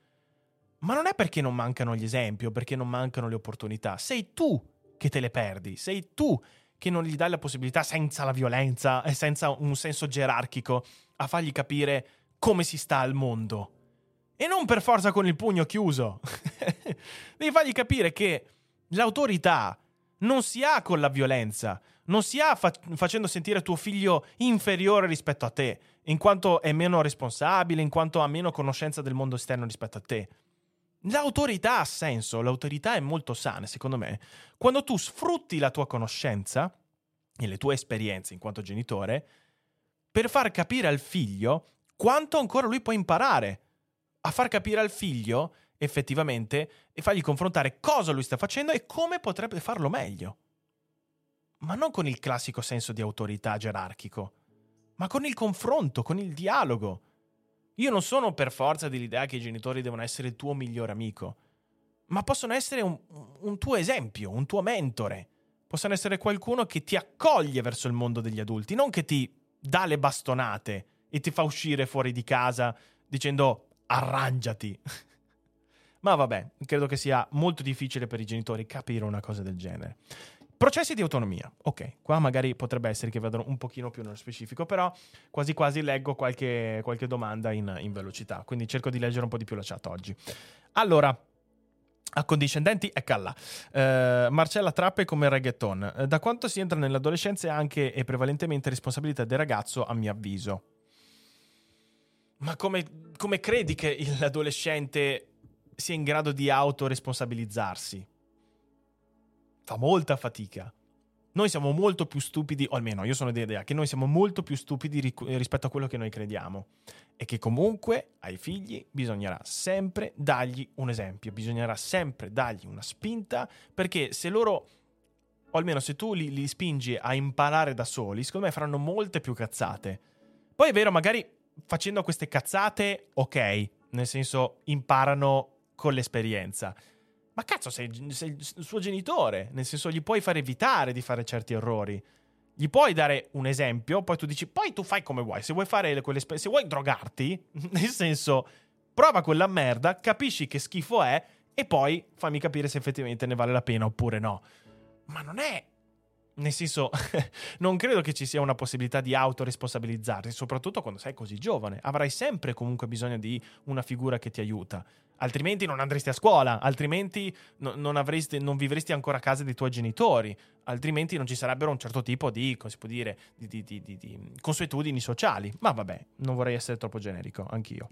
C: Ma non è perché non mancano gli esempi o perché non mancano le opportunità, sei tu che te le perdi, sei tu che non gli dai la possibilità, senza la violenza e senza un senso gerarchico, a fargli capire come si sta al mondo. E non per forza con il pugno chiuso. Devi fargli capire che l'autorità non si ha con la violenza, non si ha facendo sentire tuo figlio inferiore rispetto a te, in quanto è meno responsabile, in quanto ha meno conoscenza del mondo esterno rispetto a te. L'autorità ha senso, l'autorità è molto sana, secondo me, quando tu sfrutti la tua conoscenza e le tue esperienze in quanto genitore per far capire al figlio quanto ancora lui può imparare, a far capire al figlio effettivamente e fargli confrontare cosa lui sta facendo e come potrebbe farlo meglio. Ma non con il classico senso di autorità gerarchico, ma con il confronto, con il dialogo. Io non sono per forza dell'idea che i genitori devono essere il tuo migliore amico, ma possono essere un tuo esempio, un tuo mentore. Possono essere qualcuno che ti accoglie verso il mondo degli adulti, non che ti dà le bastonate e ti fa uscire fuori di casa dicendo arrangiati. Ma vabbè, credo che sia molto difficile per i genitori capire una cosa del genere. Processi di autonomia. Ok, qua magari potrebbe essere che vadano un pochino più nello specifico, però quasi quasi leggo qualche domanda in velocità, quindi cerco di leggere un po' di più la chat oggi. Allora, accondiscendenti, eccola. Marcella Trappe come reggaeton. Da quanto si entra nell'adolescenza è anche e prevalentemente responsabilità del ragazzo, a mio avviso. Ma come credi che l'adolescente sia in grado di autoresponsabilizzarsi? Fa molta fatica. Noi siamo molto più stupidi, o almeno io sono dell'idea che noi siamo molto più stupidi rispetto a quello che noi crediamo. E che comunque ai figli bisognerà sempre dargli un esempio, bisognerà sempre dargli una spinta, perché se loro, o almeno se tu li spingi a imparare da soli, secondo me faranno molte più cazzate. Poi è vero, magari facendo queste cazzate, ok, nel senso imparano con l'esperienza. Ma cazzo, sei il suo genitore, nel senso gli puoi far evitare di fare certi errori. Gli puoi dare un esempio, poi tu dici, poi tu fai come vuoi. Se vuoi fare se vuoi drogarti, nel senso, prova quella merda, capisci che schifo è e poi fammi capire se effettivamente ne vale la pena oppure no. Ma non è... Nel senso, non credo che ci sia una possibilità di autoresponsabilizzarsi, soprattutto quando sei così giovane. Avrai sempre comunque bisogno di una figura che ti aiuta. Altrimenti non andresti a scuola, altrimenti non vivresti ancora a casa dei tuoi genitori, altrimenti non ci sarebbero un certo tipo di, come si può dire, di consuetudini sociali. Ma vabbè, non vorrei essere troppo generico, anch'io.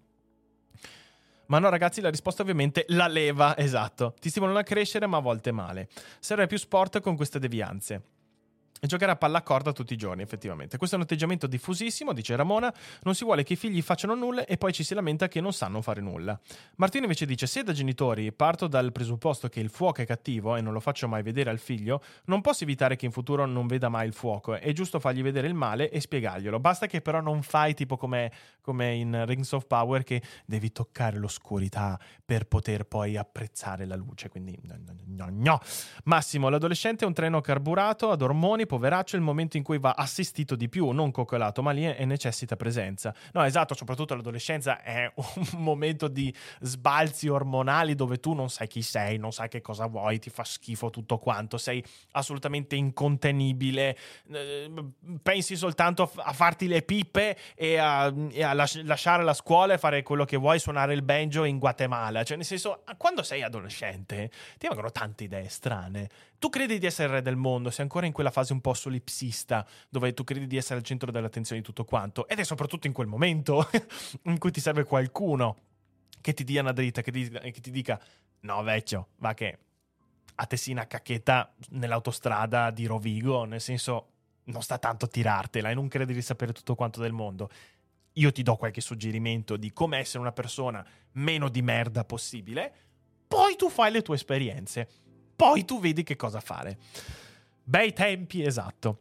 C: Ma no ragazzi, la risposta ovviamente la leva, esatto. Ti stimolano a crescere ma a volte male. Serve più sport con queste devianze. E giocare a palla a corda tutti i giorni, effettivamente. Questo è un atteggiamento diffusissimo, dice Ramona. Non si vuole che i figli facciano nulla e poi ci si lamenta che non sanno fare nulla. Martino invece dice: se da genitori parto dal presupposto che il fuoco è cattivo e non lo faccio mai vedere al figlio, non posso evitare che in futuro non veda mai il fuoco. È giusto fargli vedere il male e spiegarglielo. Basta che però non fai tipo come in Rings of Power, che devi toccare l'oscurità per poter poi apprezzare la luce. Quindi no. Massimo, l'adolescente è un treno carburato ad ormoni, poveraccio, è il momento in cui va assistito di più, non coccolato, ma lì e necessita presenza. No, esatto, soprattutto l'adolescenza è un momento di sbalzi ormonali dove tu non sai chi sei, non sai che cosa vuoi, ti fa schifo tutto quanto, sei assolutamente incontenibile, pensi soltanto a farti le pippe e a lasciare la scuola e fare quello che vuoi, suonare il banjo in Guatemala. Cioè, nel senso, quando sei adolescente ti vengono tante idee strane. Tu credi di essere il re del mondo, sei ancora in quella fase un po' solipsista, dove tu credi di essere al centro dell'attenzione di tutto quanto, ed è soprattutto in quel momento in cui ti serve qualcuno che ti dia una dritta, che ti dica: no vecchio, va che a tessina cacchetta nell'autostrada di Rovigo, nel senso non sta tanto a tirartela e non credi di sapere tutto quanto del mondo. Io ti do qualche suggerimento di come essere una persona meno di merda possibile, poi tu fai le tue esperienze, poi tu vedi che cosa fare. Bei tempi, esatto.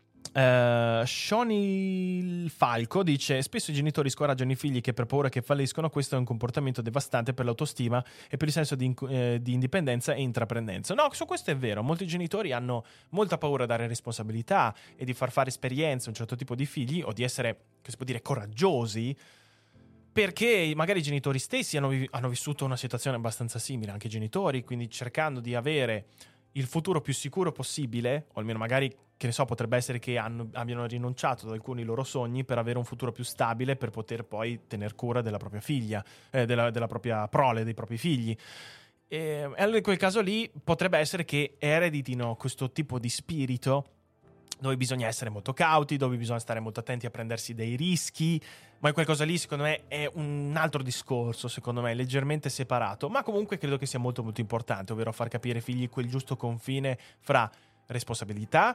C: Shoni il Falco dice: spesso i genitori scoraggiano i figli che per paura che falliscono. Questo è un comportamento devastante per l'autostima e per il senso di indipendenza e intraprendenza. No, su questo è vero. Molti genitori hanno molta paura a dare responsabilità e di far fare esperienze a un certo tipo di figli, o di essere, che si può dire, coraggiosi, perché magari i genitori stessi hanno vissuto una situazione abbastanza simile, anche i genitori, quindi cercando di avere il futuro più sicuro possibile, o almeno magari, che ne so, potrebbe essere che abbiano rinunciato ad alcuni loro sogni per avere un futuro più stabile, per poter poi tener cura della propria figlia, della propria prole, dei propri figli. E allora in quel caso lì potrebbe essere che ereditino questo tipo di spirito dove bisogna essere molto cauti, dove bisogna stare molto attenti a prendersi dei rischi, ma qualcosa lì secondo me è un altro discorso, secondo me leggermente separato, ma comunque credo che sia molto molto importante, ovvero far capire ai figli quel giusto confine fra responsabilità,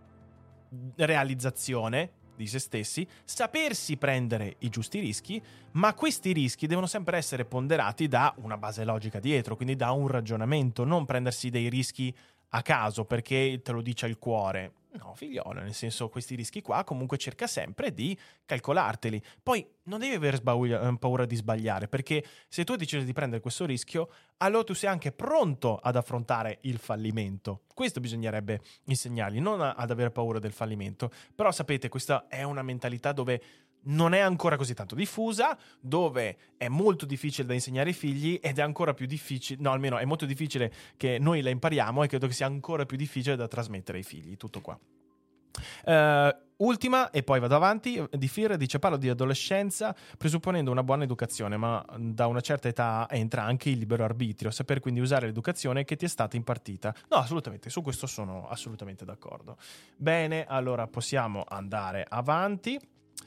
C: realizzazione di se stessi, sapersi prendere i giusti rischi, ma questi rischi devono sempre essere ponderati da una base logica dietro, quindi da un ragionamento, non prendersi dei rischi a caso perché te lo dice il cuore. No, figliolo, nel senso, questi rischi qua comunque cerca sempre di calcolarteli. Poi non devi avere paura di sbagliare, perché se tu decidi di prendere questo rischio, allora tu sei anche pronto ad affrontare il fallimento. Questo bisognerebbe insegnargli, non ad avere paura del fallimento. Però sapete, questa è una mentalità dove non è ancora così tanto diffusa, dove è molto difficile da insegnare ai figli ed è ancora più difficile, no, almeno è molto difficile che noi la impariamo e credo che sia ancora più difficile da trasmettere ai figli. Tutto qua. Ultima, e poi vado avanti, di Fir dice: parlo di adolescenza presupponendo una buona educazione, ma da una certa età entra anche il libero arbitrio, saper quindi usare l'educazione che ti è stata impartita. No, assolutamente, su questo sono assolutamente d'accordo. Bene, allora possiamo andare avanti.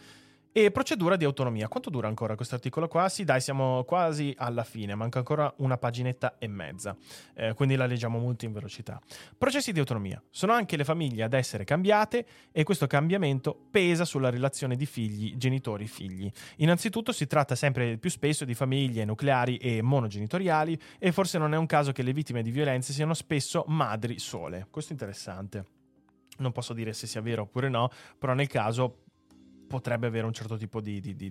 C: E procedura di autonomia. Quanto dura ancora questo articolo qua? Sì, dai, siamo quasi alla fine, manca ancora una paginetta e mezza, quindi la leggiamo molto in velocità. Processi di autonomia. Sono anche le famiglie ad essere cambiate e questo cambiamento pesa sulla relazione di figli, genitori-figli. Innanzitutto si tratta sempre più spesso di famiglie nucleari e monogenitoriali e forse non è un caso che le vittime di violenze siano spesso madri sole. Questo è interessante. Non posso dire se sia vero oppure no, però nel caso potrebbe avere un certo tipo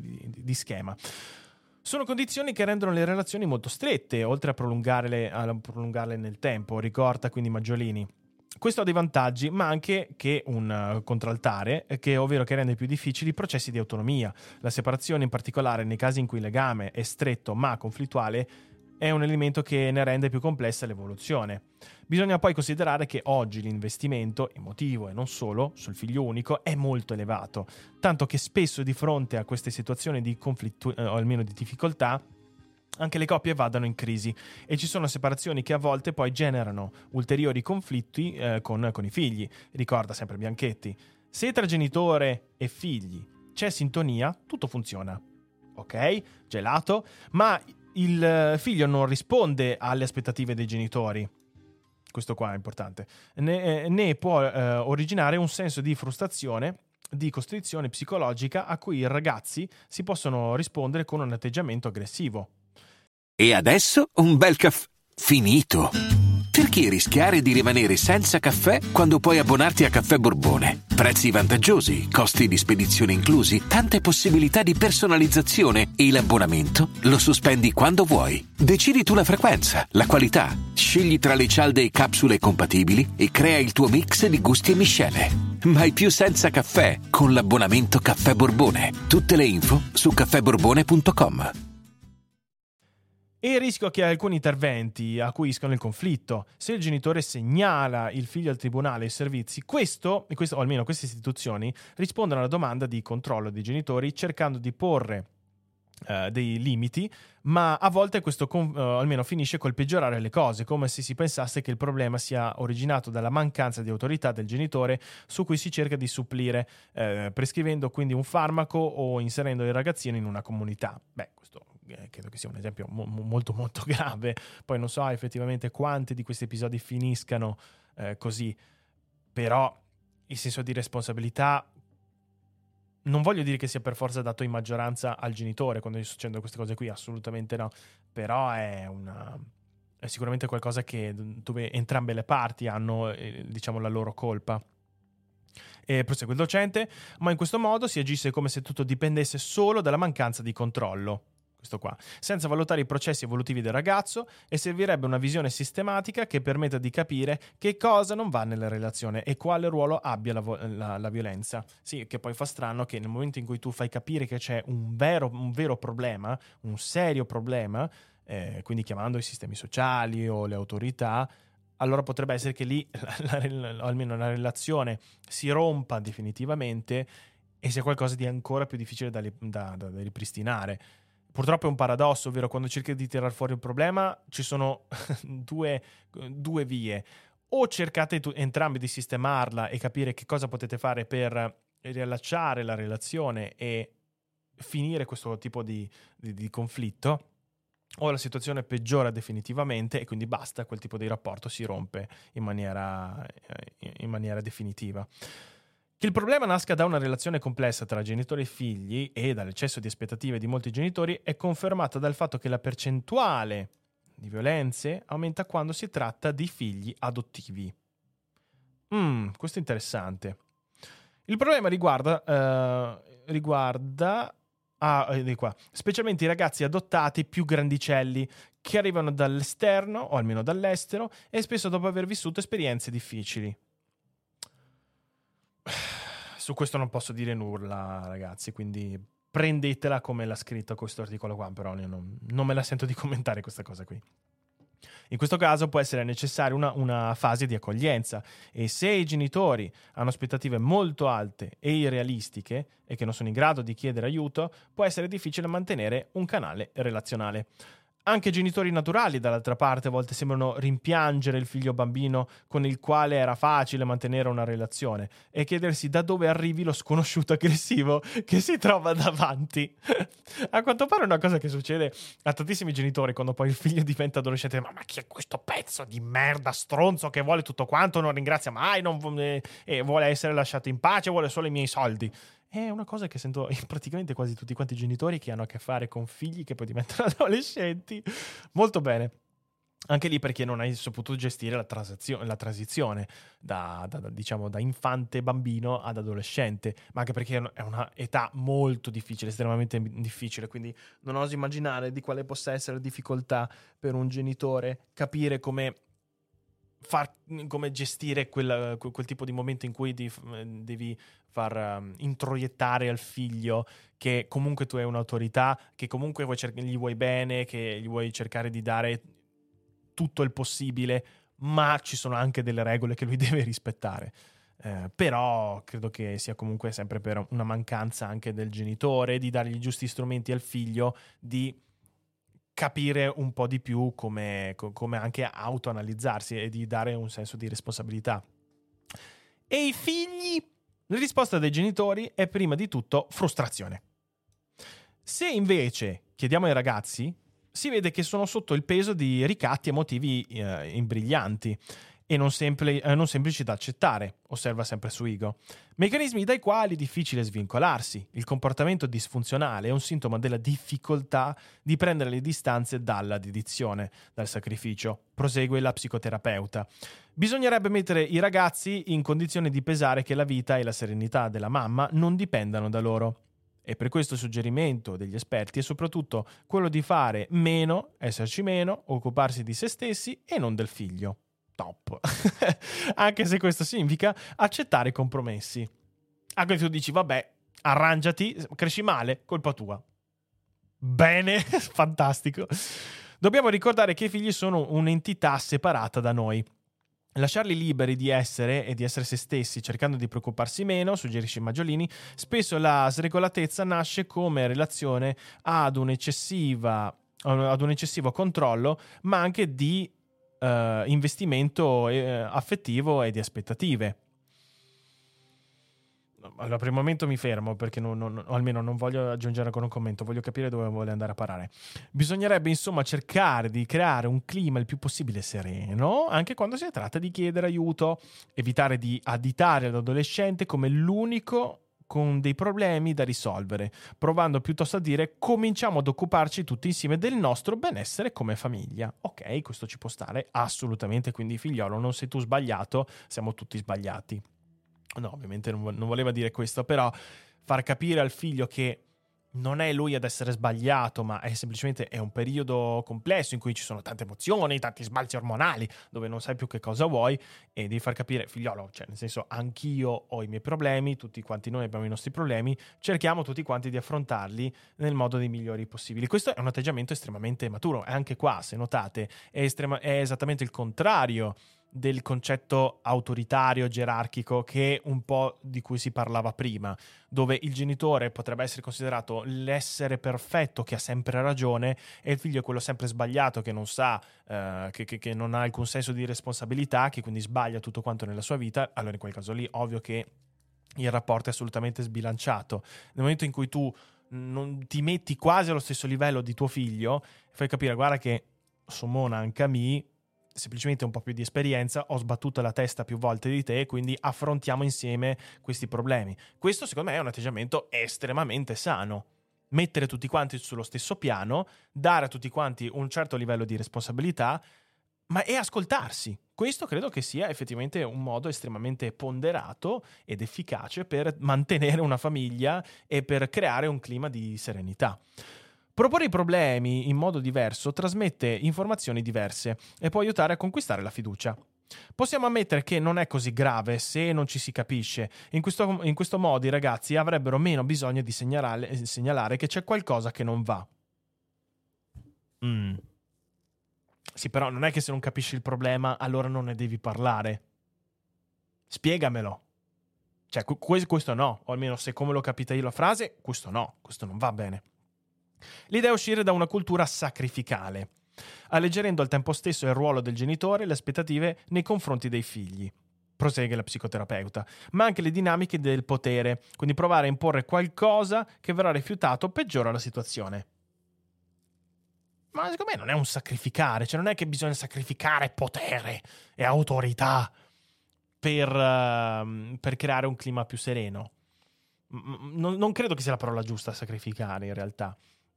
C: di schema. Sono condizioni che rendono le relazioni molto strette, oltre a prolungarle nel tempo, ricorda quindi Maggiolini. Questo ha dei vantaggi, ma anche che un contraltare, ovvero che rende più difficili i processi di autonomia. La separazione, in particolare nei casi in cui il legame è stretto ma conflittuale, è un elemento che ne rende più complessa l'evoluzione. Bisogna poi considerare che oggi l'investimento emotivo e non solo sul figlio unico è molto elevato, tanto che spesso di fronte a queste situazioni di conflitto o almeno di difficoltà anche le coppie vadano in crisi e ci sono separazioni che a volte poi generano ulteriori conflitti con i figli. Ricorda sempre Bianchetti: se tra genitore e figli c'è sintonia, tutto funziona. Ok? Gelato, ma il figlio non risponde alle aspettative dei genitori. Questo qua è importante. Ne può originare un senso di frustrazione, di costrizione psicologica a cui i ragazzi si possono rispondere con un atteggiamento aggressivo.
G: E adesso un bel caffè finito. Perché rischiare di rimanere senza caffè quando puoi abbonarti a Caffè Borbone? Prezzi vantaggiosi, costi di spedizione inclusi, tante possibilità di personalizzazione e l'abbonamento lo sospendi quando vuoi. Decidi tu la frequenza, la qualità, scegli tra le cialde e capsule compatibili e crea il tuo mix di gusti e miscele. Mai più senza caffè con l'abbonamento Caffè Borbone. Tutte le info su caffèborbone.com.
C: E il rischio che alcuni interventi acuiscano il conflitto. Se il genitore segnala il figlio al tribunale e ai servizi, questo, o almeno queste istituzioni, rispondono alla domanda di controllo dei genitori cercando di porre dei limiti, ma a volte questo almeno finisce col peggiorare le cose, come se si pensasse che il problema sia originato dalla mancanza di autorità del genitore su cui si cerca di supplire, prescrivendo quindi un farmaco o inserendo il ragazzino in una comunità. Beh, questo credo che sia un esempio molto molto grave. Poi non so effettivamente quanti di questi episodi finiscano così, però il senso di responsabilità non voglio dire che sia per forza dato in maggioranza al genitore quando succedono queste cose qui, assolutamente no, però è sicuramente qualcosa dove entrambe le parti hanno diciamo la loro colpa. E prosegue il docente: ma in questo modo si agisce come se tutto dipendesse solo dalla mancanza di controllo, questo qua, senza valutare i processi evolutivi del ragazzo, e servirebbe una visione sistematica che permetta di capire che cosa non va nella relazione e quale ruolo abbia la violenza. Sì, che poi fa strano che nel momento in cui tu fai capire che c'è un vero problema, un serio problema, quindi chiamando i sistemi sociali o le autorità, allora potrebbe essere che lì almeno la relazione si rompa definitivamente e sia qualcosa di ancora più difficile da ripristinare. Purtroppo è un paradosso, ovvero quando cerchi di tirar fuori un problema ci sono due vie: o cercate entrambi di sistemarla e capire che cosa potete fare per riallacciare la relazione e finire questo tipo di conflitto, o la situazione peggiora definitivamente e quindi basta, quel tipo di rapporto si rompe in maniera definitiva. Che il problema nasca da una relazione complessa tra genitori e figli e dall'eccesso di aspettative di molti genitori è confermata dal fatto che la percentuale di violenze aumenta quando si tratta di figli adottivi. Questo è interessante. Il problema riguarda di qua, specialmente i ragazzi adottati più grandicelli che arrivano dall'esterno o almeno dall'estero e spesso dopo aver vissuto esperienze difficili. Su questo non posso dire nulla, ragazzi, quindi prendetela come l'ha scritto questo articolo qua, però non me la sento di commentare questa cosa qui. In questo caso può essere necessaria una fase di accoglienza, e se i genitori hanno aspettative molto alte e irrealistiche e che non sono in grado di chiedere aiuto, può essere difficile mantenere un canale relazionale. Anche genitori naturali, dall'altra parte, a volte sembrano rimpiangere il figlio bambino con il quale era facile mantenere una relazione e chiedersi da dove arrivi lo sconosciuto aggressivo che si trova davanti. A quanto pare è una cosa che succede a tantissimi genitori quando poi il figlio diventa adolescente. Ma chi è questo pezzo di merda stronzo che vuole tutto quanto, non ringrazia mai, vuole essere lasciato in pace, vuole solo i miei soldi. È una cosa che sento in praticamente quasi tutti quanti i genitori che hanno a che fare con figli che poi diventano adolescenti. Molto bene. Anche lì perché non hai saputo gestire la transizione da infante bambino ad adolescente, ma anche perché è una età molto difficile, estremamente difficile, quindi non oso immaginare di quale possa essere la difficoltà per un genitore capire come gestire quel tipo di momento in cui devi far introiettare al figlio che comunque tu hai un'autorità, che comunque gli vuoi bene, che gli vuoi cercare di dare tutto il possibile, ma ci sono anche delle regole che lui deve rispettare. Però credo che sia comunque sempre per una mancanza anche del genitore di dare i giusti strumenti al figlio di capire un po' di più come anche autoanalizzarsi e di dare un senso di responsabilità. E i figli? La risposta dei genitori è prima di tutto frustrazione. Se invece chiediamo ai ragazzi, si vede che sono sotto il peso di ricatti emotivi imbrillanti e non semplici da accettare, osserva sempre Suigo. Meccanismi dai quali è difficile svincolarsi. Il comportamento disfunzionale è un sintomo della difficoltà di prendere le distanze dalla dedizione, dal sacrificio. Prosegue la psicoterapeuta. Bisognerebbe mettere i ragazzi in condizione di pesare che la vita e la serenità della mamma non dipendano da loro. E per questo il suggerimento degli esperti è soprattutto quello di fare meno, esserci meno, occuparsi di se stessi e non del figlio. Top. Anche se questo significa accettare i compromessi. Anche se tu dici, vabbè, arrangiati, cresci male, colpa tua. Bene, fantastico. Dobbiamo ricordare che i figli sono un'entità separata da noi. Lasciarli liberi di essere e di essere se stessi, cercando di preoccuparsi meno, suggerisce Maggiolini, spesso la sregolatezza nasce come relazione ad un eccessivo controllo, ma anche di investimento affettivo e di aspettative. Allora, per il momento mi fermo perché o almeno non voglio aggiungere ancora un commento, voglio capire dove vuole andare a parare. Bisognerebbe insomma cercare di creare un clima il più possibile sereno anche quando si tratta di chiedere aiuto, evitare di additare l'adolescente come l'unico con dei problemi da risolvere, provando piuttosto a dire cominciamo ad occuparci tutti insieme del nostro benessere come famiglia. Ok, questo ci può stare assolutamente, quindi figliolo, non sei tu sbagliato, siamo tutti sbagliati. No, ovviamente non voleva dire questo, però far capire al figlio che non è lui ad essere sbagliato, ma è semplicemente un periodo complesso in cui ci sono tante emozioni, tanti sbalzi ormonali, dove non sai più che cosa vuoi, e devi far capire, figliolo, cioè nel senso, anch'io ho i miei problemi, tutti quanti noi abbiamo i nostri problemi, cerchiamo tutti quanti di affrontarli nel modo dei migliori possibili. Questo è un atteggiamento estremamente maturo, e anche qua, se notate, è esattamente il contrario del concetto autoritario, gerarchico, che un po' di cui si parlava prima, dove il genitore potrebbe essere considerato l'essere perfetto che ha sempre ragione e il figlio è quello sempre sbagliato che non sa, che non ha alcun senso di responsabilità, che quindi sbaglia tutto quanto nella sua vita. Allora in quel caso lì ovvio che il rapporto è assolutamente sbilanciato. Nel momento in cui tu non ti metti quasi allo stesso livello di tuo figlio, fai capire, guarda che somona anche a me, semplicemente un po' più di esperienza, ho sbattuto la testa più volte di te, quindi affrontiamo insieme questi problemi. Questo secondo me è un atteggiamento estremamente sano. Mettere tutti quanti sullo stesso piano, dare a tutti quanti un certo livello di responsabilità, ma e ascoltarsi. Questo credo che sia effettivamente un modo estremamente ponderato ed efficace per mantenere una famiglia e per creare un clima di serenità. Proporre i problemi in modo diverso trasmette informazioni diverse e può aiutare a conquistare la fiducia. Possiamo ammettere che non è così grave se non ci si capisce. In questo modo i ragazzi avrebbero meno bisogno di segnalare che c'è qualcosa che non va. Sì, però non è che se non capisci il problema allora non ne devi parlare. Spiegamelo. Cioè, questo no, o almeno se come l'ho capita io la frase, questo no, questo non va bene. L'idea è uscire da una cultura sacrificale, alleggerendo al tempo stesso il ruolo del genitore e le aspettative nei confronti dei figli. Prosegue la psicoterapeuta, ma anche le dinamiche del potere, quindi provare a imporre qualcosa che verrà rifiutato peggiora la situazione. Ma secondo me non è un sacrificare, cioè non è che bisogna sacrificare potere e autorità per creare un clima più sereno. Non credo che sia la parola giusta sacrificare in realtà.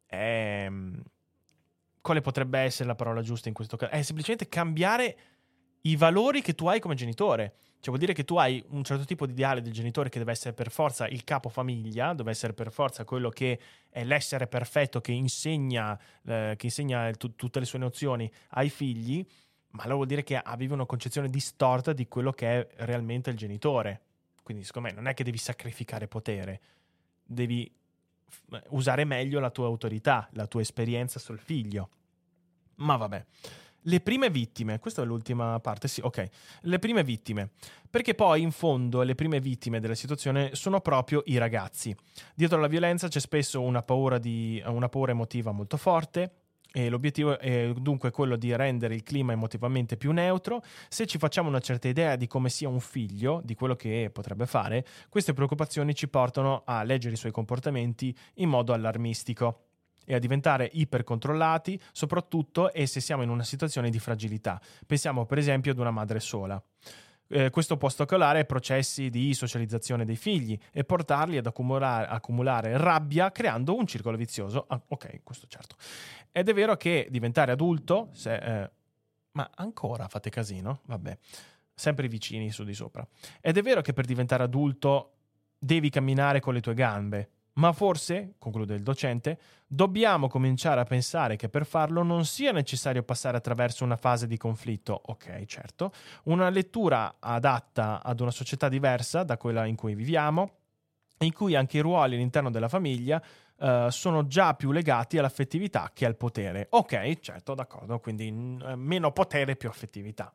C: Quale potrebbe essere la parola giusta in questo caso? È semplicemente cambiare i valori che tu hai come genitore. Cioè vuol dire che tu hai un certo tipo di ideale del genitore che deve essere per forza il capofamiglia, deve essere per forza quello che è l'essere perfetto che insegna tutte le sue nozioni ai figli, ma allora vuol dire che avevi una concezione distorta di quello che è realmente il genitore. Quindi secondo me non è che devi sacrificare potere, devi usare meglio la tua autorità, la tua esperienza sul figlio. Ma vabbè. Le prime vittime, questa è l'ultima parte, sì, ok. Le prime vittime, perché poi in fondo le prime vittime della situazione sono proprio i ragazzi. Dietro alla violenza c'è spesso una paura emotiva molto forte, e l'obiettivo è dunque quello di rendere il clima emotivamente più neutro. Se ci facciamo una certa idea di come sia un figlio, di quello che potrebbe fare, queste preoccupazioni ci portano a leggere i suoi comportamenti in modo allarmistico e a diventare ipercontrollati, soprattutto e se siamo in una situazione di fragilità. Pensiamo per esempio ad una madre sola. Questo può ostacolare processi di socializzazione dei figli e portarli ad accumulare rabbia, creando un circolo vizioso. Ok, questo certo. Ed è vero che diventare adulto, ma ancora fate casino? Vabbè, sempre vicini su di sopra. Ed è vero che per diventare adulto devi camminare con le tue gambe, ma forse, conclude il docente, dobbiamo cominciare a pensare che per farlo non sia necessario passare attraverso una fase di conflitto. Ok, certo. Una lettura adatta ad una società diversa da quella in cui viviamo, in cui anche i ruoli all'interno della famiglia sono già più legati all'affettività che al potere. Ok, certo, d'accordo, quindi meno potere, più affettività.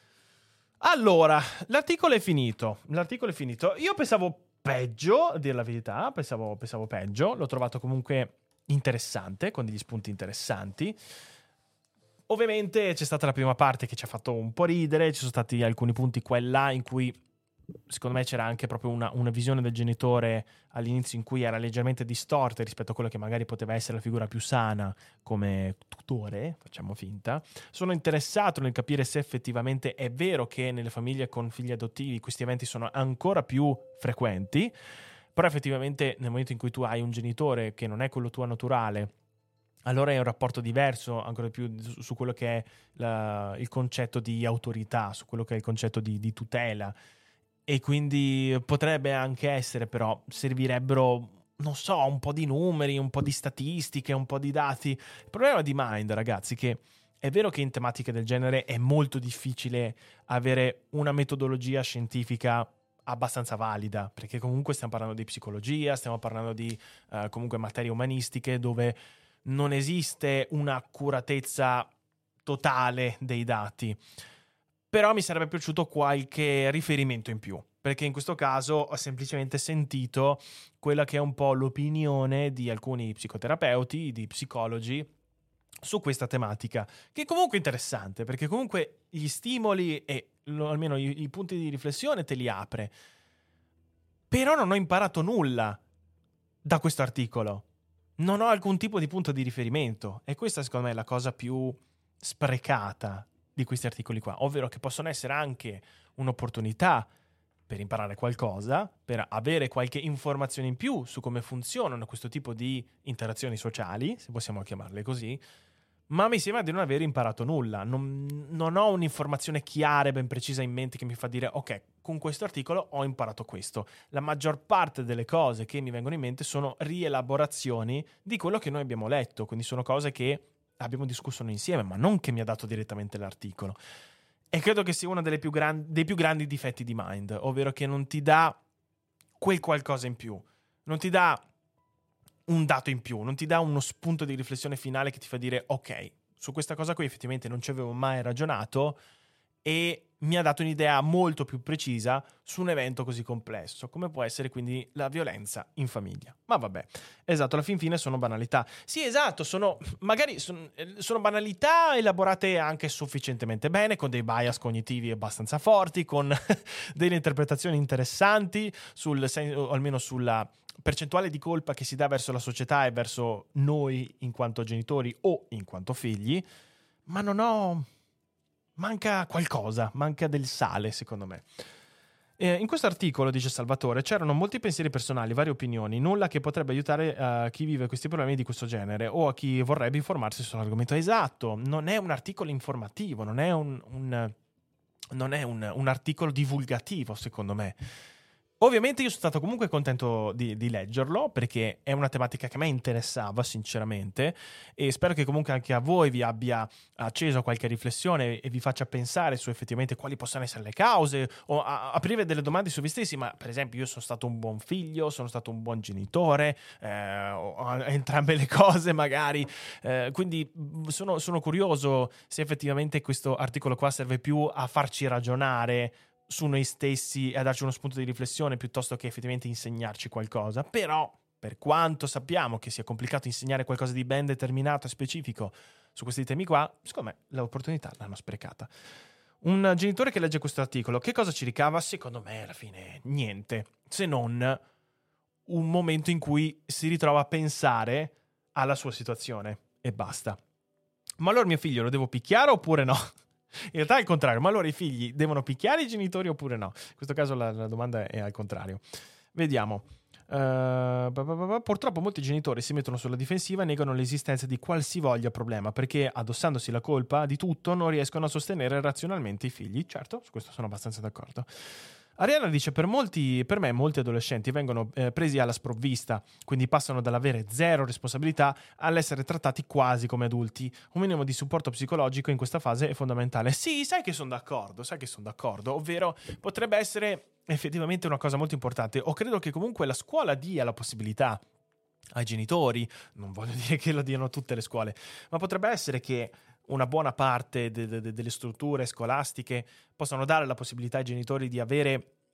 C: Allora, l'articolo è finito. Io pensavo peggio, a dire la verità, pensavo peggio. L'ho trovato comunque interessante, con degli spunti interessanti. Ovviamente c'è stata la prima parte che ci ha fatto un po' ridere, ci sono stati alcuni punti qua e là in cui secondo me c'era anche proprio una visione del genitore all'inizio in cui era leggermente distorta rispetto a quello che magari poteva essere la figura più sana come tutore, facciamo finta. Sono interessato nel capire se effettivamente è vero che nelle famiglie con figli adottivi questi eventi sono ancora più frequenti, però effettivamente nel momento in cui tu hai un genitore che non è quello tuo naturale, allora è un rapporto diverso ancora di più su quello che è il concetto di autorità, su quello che è il concetto di tutela. E quindi potrebbe anche essere, però servirebbero, non so, un po' di numeri, un po' di statistiche, un po' di dati. Il problema di Mind, ragazzi, che è vero che in tematiche del genere è molto difficile avere una metodologia scientifica abbastanza valida, perché comunque stiamo parlando di psicologia, stiamo parlando di comunque materie umanistiche dove non esiste un'accuratezza totale dei dati. Però mi sarebbe piaciuto qualche riferimento in più, perché in questo caso ho semplicemente sentito quella che è un po' l'opinione di alcuni psicoterapeuti, di psicologi su questa tematica, che è comunque interessante, perché comunque gli stimoli e almeno i punti di riflessione te li apre. Però non ho imparato nulla da questo articolo. Non ho alcun tipo di punto di riferimento, e questa secondo me è la cosa più sprecata di questi articoli qua, ovvero che possono essere anche un'opportunità per imparare qualcosa, per avere qualche informazione in più su come funzionano questo tipo di interazioni sociali, se possiamo chiamarle così, ma mi sembra di non aver imparato nulla. Non ho un'informazione chiara e ben precisa in mente che mi fa dire ok, con questo articolo ho imparato questo. La maggior parte delle cose che mi vengono in mente sono rielaborazioni di quello che noi abbiamo letto, quindi sono cose che abbiamo discusso noi insieme, ma non che mi ha dato direttamente l'articolo. E credo che sia uno dei più grandi difetti di Mind, ovvero che non ti dà quel qualcosa in più, non ti dà un dato in più, non ti dà uno spunto di riflessione finale che ti fa dire ok, su questa cosa qui effettivamente non ci avevo mai ragionato e mi ha dato un'idea molto più precisa su un evento così complesso come può essere quindi la violenza in famiglia. Ma vabbè, esatto, alla fin fine sono banalità. Sì, esatto, sono banalità elaborate anche sufficientemente bene, con dei bias cognitivi abbastanza forti, con delle interpretazioni interessanti o almeno sulla percentuale di colpa che si dà verso la società e verso noi in quanto genitori o in quanto figli, ma manca qualcosa, manca del sale, secondo me. In questo articolo, dice Salvatore, c'erano molti pensieri personali, varie opinioni, nulla che potrebbe aiutare chi vive questi problemi di questo genere o a chi vorrebbe informarsi sull'argomento. Esatto, non è un articolo informativo, non è un articolo divulgativo, secondo me. Ovviamente io sono stato comunque contento di leggerlo, perché è una tematica che a me interessava sinceramente, e spero che comunque anche a voi vi abbia acceso qualche riflessione e vi faccia pensare su effettivamente quali possano essere le cause o aprire delle domande su vi stessi. Ma per esempio io sono stato un buon figlio, sono stato un buon genitore, entrambe le cose magari, quindi sono curioso se effettivamente questo articolo qua serve più a farci ragionare su noi stessi e a darci uno spunto di riflessione piuttosto che effettivamente insegnarci qualcosa. Però, per quanto sappiamo che sia complicato insegnare qualcosa di ben determinato e specifico su questi temi qua, secondo me l'opportunità l'hanno sprecata. Un genitore che legge questo articolo, che cosa ci ricava? Secondo me alla fine niente, se non un momento in cui si ritrova a pensare alla sua situazione e basta. Ma allora mio figlio lo devo picchiare oppure no? In realtà è il contrario, ma allora i figli devono picchiare i genitori oppure no? In questo caso la domanda è al contrario. Vediamo. Purtroppo molti genitori si mettono sulla difensiva e negano l'esistenza di qualsivoglia problema, perché addossandosi la colpa di tutto non riescono a sostenere razionalmente i figli. Certo, su questo sono abbastanza d'accordo. Arianna dice per me molti adolescenti vengono presi alla sprovvista, quindi passano dall'avere zero responsabilità all'essere trattati quasi come adulti. Un minimo di supporto psicologico in questa fase è fondamentale. Sì, sai che sono d'accordo, ovvero potrebbe essere effettivamente una cosa molto importante. O credo che comunque la scuola dia la possibilità ai genitori, non voglio dire che lo diano tutte le scuole, ma potrebbe essere che una buona parte delle strutture scolastiche possano dare la possibilità ai genitori di avere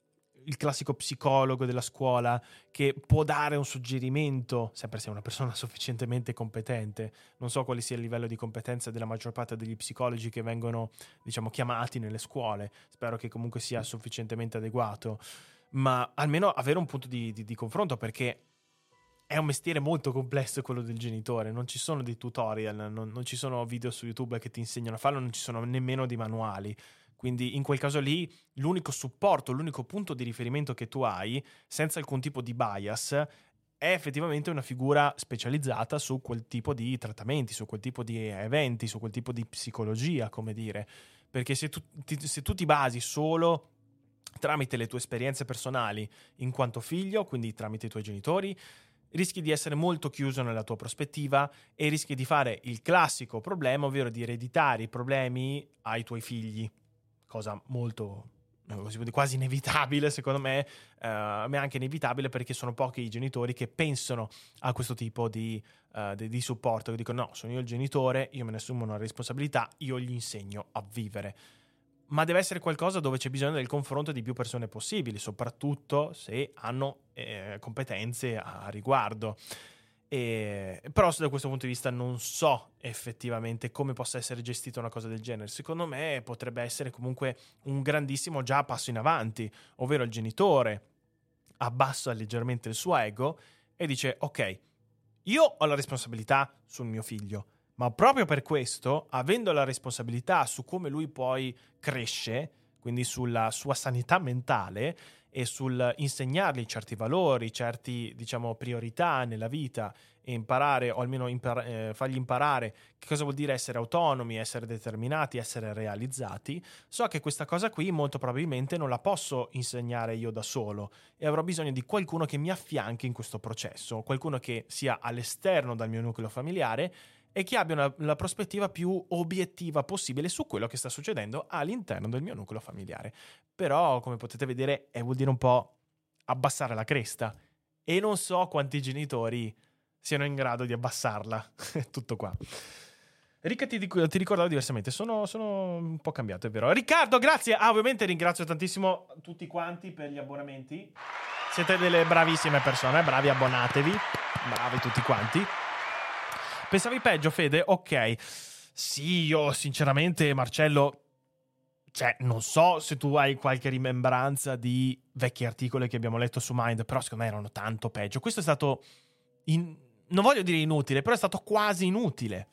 C: il classico psicologo della scuola che può dare un suggerimento, sempre se è una persona sufficientemente competente. Non so quale sia il livello di competenza della maggior parte degli psicologi che vengono, diciamo, chiamati nelle scuole. Spero che comunque sia sufficientemente adeguato, ma almeno avere un punto di confronto, perché è un mestiere molto complesso quello del genitore. Non ci sono dei tutorial, non ci sono video su YouTube che ti insegnano a farlo, non ci sono nemmeno dei manuali. Quindi in quel caso lì l'unico supporto, l'unico punto di riferimento che tu hai, senza alcun tipo di bias, è effettivamente una figura specializzata su quel tipo di trattamenti, su quel tipo di eventi, su quel tipo di psicologia, come dire. Perché se tu ti basi solo tramite le tue esperienze personali in quanto figlio, quindi tramite i tuoi genitori, rischi di essere molto chiuso nella tua prospettiva e rischi di fare il classico problema, ovvero di ereditare i problemi ai tuoi figli, cosa molto quasi inevitabile secondo me, ma anche inevitabile perché sono pochi i genitori che pensano a questo tipo di supporto, che dicono no, sono io il genitore, io me ne assumo una responsabilità, io gli insegno a vivere. Ma deve essere qualcosa dove c'è bisogno del confronto di più persone possibili, soprattutto se hanno competenze a riguardo. Però da questo punto di vista non so effettivamente come possa essere gestita una cosa del genere. Secondo me potrebbe essere comunque un grandissimo già passo in avanti, ovvero il genitore abbassa leggermente il suo ego e dice ok, io ho la responsabilità sul mio figlio, ma proprio per questo, avendo la responsabilità su come lui poi cresce, quindi sulla sua sanità mentale e sul insegnargli certi valori, certi, diciamo, priorità nella vita e imparare, o almeno fargli imparare che cosa vuol dire essere autonomi, essere determinati, essere realizzati, so che questa cosa qui molto probabilmente non la posso insegnare io da solo e avrò bisogno di qualcuno che mi affianchi in questo processo, qualcuno che sia all'esterno dal mio nucleo familiare e che abbia la prospettiva più obiettiva possibile su quello che sta succedendo all'interno del mio nucleo familiare. Però, come potete vedere, vuol dire un po' abbassare la cresta. E non so quanti genitori siano in grado di abbassarla. Tutto qua. Ricca, ti ricordavo diversamente. Sono un po' cambiato, è vero. Riccardo, grazie! Ovviamente ringrazio tantissimo tutti quanti per gli abbonamenti. Siete delle bravissime persone, bravi, abbonatevi. Bravi tutti quanti. Pensavi peggio, Fede? Ok. Sì, io sinceramente, Marcello, cioè, non so se tu hai qualche rimembranza di vecchi articoli che abbiamo letto su Mind, però secondo me erano tanto peggio. Questo è stato, non voglio dire inutile, però è stato quasi inutile.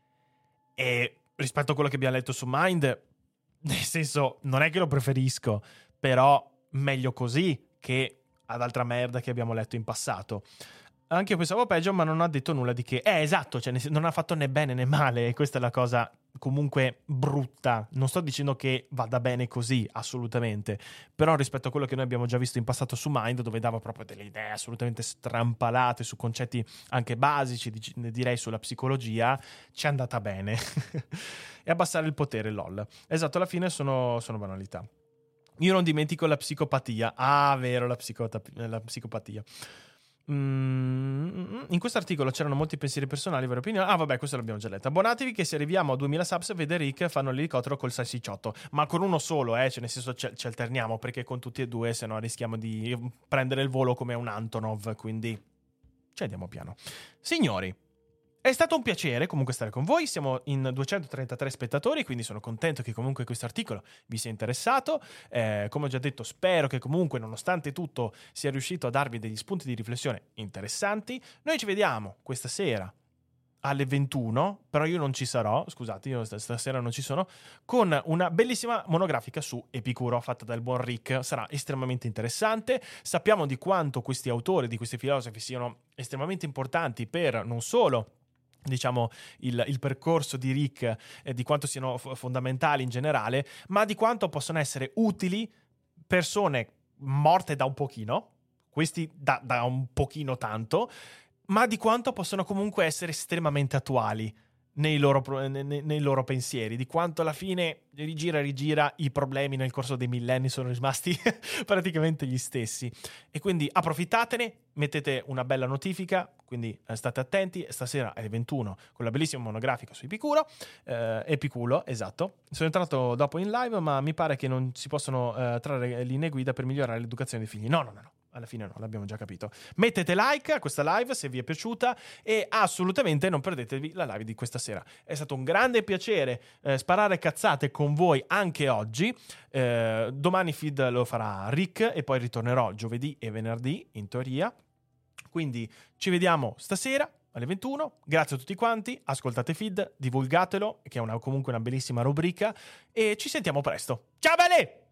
C: E rispetto a quello che abbiamo letto su Mind, nel senso, non è che lo preferisco, però meglio così che ad altra merda che abbiamo letto in passato. Anche io pensavo peggio, ma non ha detto nulla di che. Esatto, cioè non ha fatto né bene né male, e questa è la cosa comunque brutta. Non sto dicendo che vada bene così, assolutamente, però rispetto a quello che noi abbiamo già visto in passato su Mind, dove dava proprio delle idee assolutamente strampalate su concetti anche basici, direi sulla psicologia, ci è andata bene. E abbassare il potere, lol. Esatto, alla fine sono banalità. Io non dimentico la psicopatia. Ah, vero, la psicopatia. In questo articolo c'erano molti pensieri personali, vere opinioni. Ah, vabbè, questo l'abbiamo già letto. Abbonatevi che se arriviamo a 2000 subs, vede Rick fanno l'elicottero col salsicciotto. Ma con uno solo, cioè nel senso ci alterniamo, perché con tutti e due se no rischiamo di prendere il volo come un Antonov. Quindi ci andiamo piano. Signori, è stato un piacere comunque stare con voi, siamo in 233 spettatori, quindi sono contento che comunque questo articolo vi sia interessato. Come ho già detto, spero che comunque nonostante tutto sia riuscito a darvi degli spunti di riflessione interessanti. Noi ci vediamo questa sera alle 21, però io non ci sarò, scusate, io stasera non ci sono, con una bellissima monografica su Epicuro fatta dal buon Rick. Sarà estremamente interessante. Sappiamo di quanto questi autori, di questi filosofi siano estremamente importanti per non solo, diciamo, il percorso di Rick, di quanto siano fondamentali in generale, ma di quanto possono essere utili persone morte da un pochino, questi da un pochino tanto, ma di quanto possono comunque essere estremamente attuali nei loro pensieri, di quanto alla fine rigira e rigira i problemi nel corso dei millenni sono rimasti praticamente gli stessi. E quindi approfittatene, mettete una bella notifica, quindi state attenti. Stasera alle 21 con la bellissima monografica su Epiculo, esatto. Sono entrato dopo in live, ma mi pare che non si possono trarre linee guida per migliorare l'educazione dei figli. No. Alla fine no, l'abbiamo già capito. Mettete like a questa live se vi è piaciuta e assolutamente non perdetevi la live di questa sera. È stato un grande piacere sparare cazzate con voi anche oggi. Domani feed lo farà Rick e poi ritornerò giovedì e venerdì in teoria. Quindi ci vediamo stasera alle 21. Grazie a tutti quanti, ascoltate feed, divulgatelo, che è comunque una bellissima rubrica, e ci sentiamo presto. Ciao belli!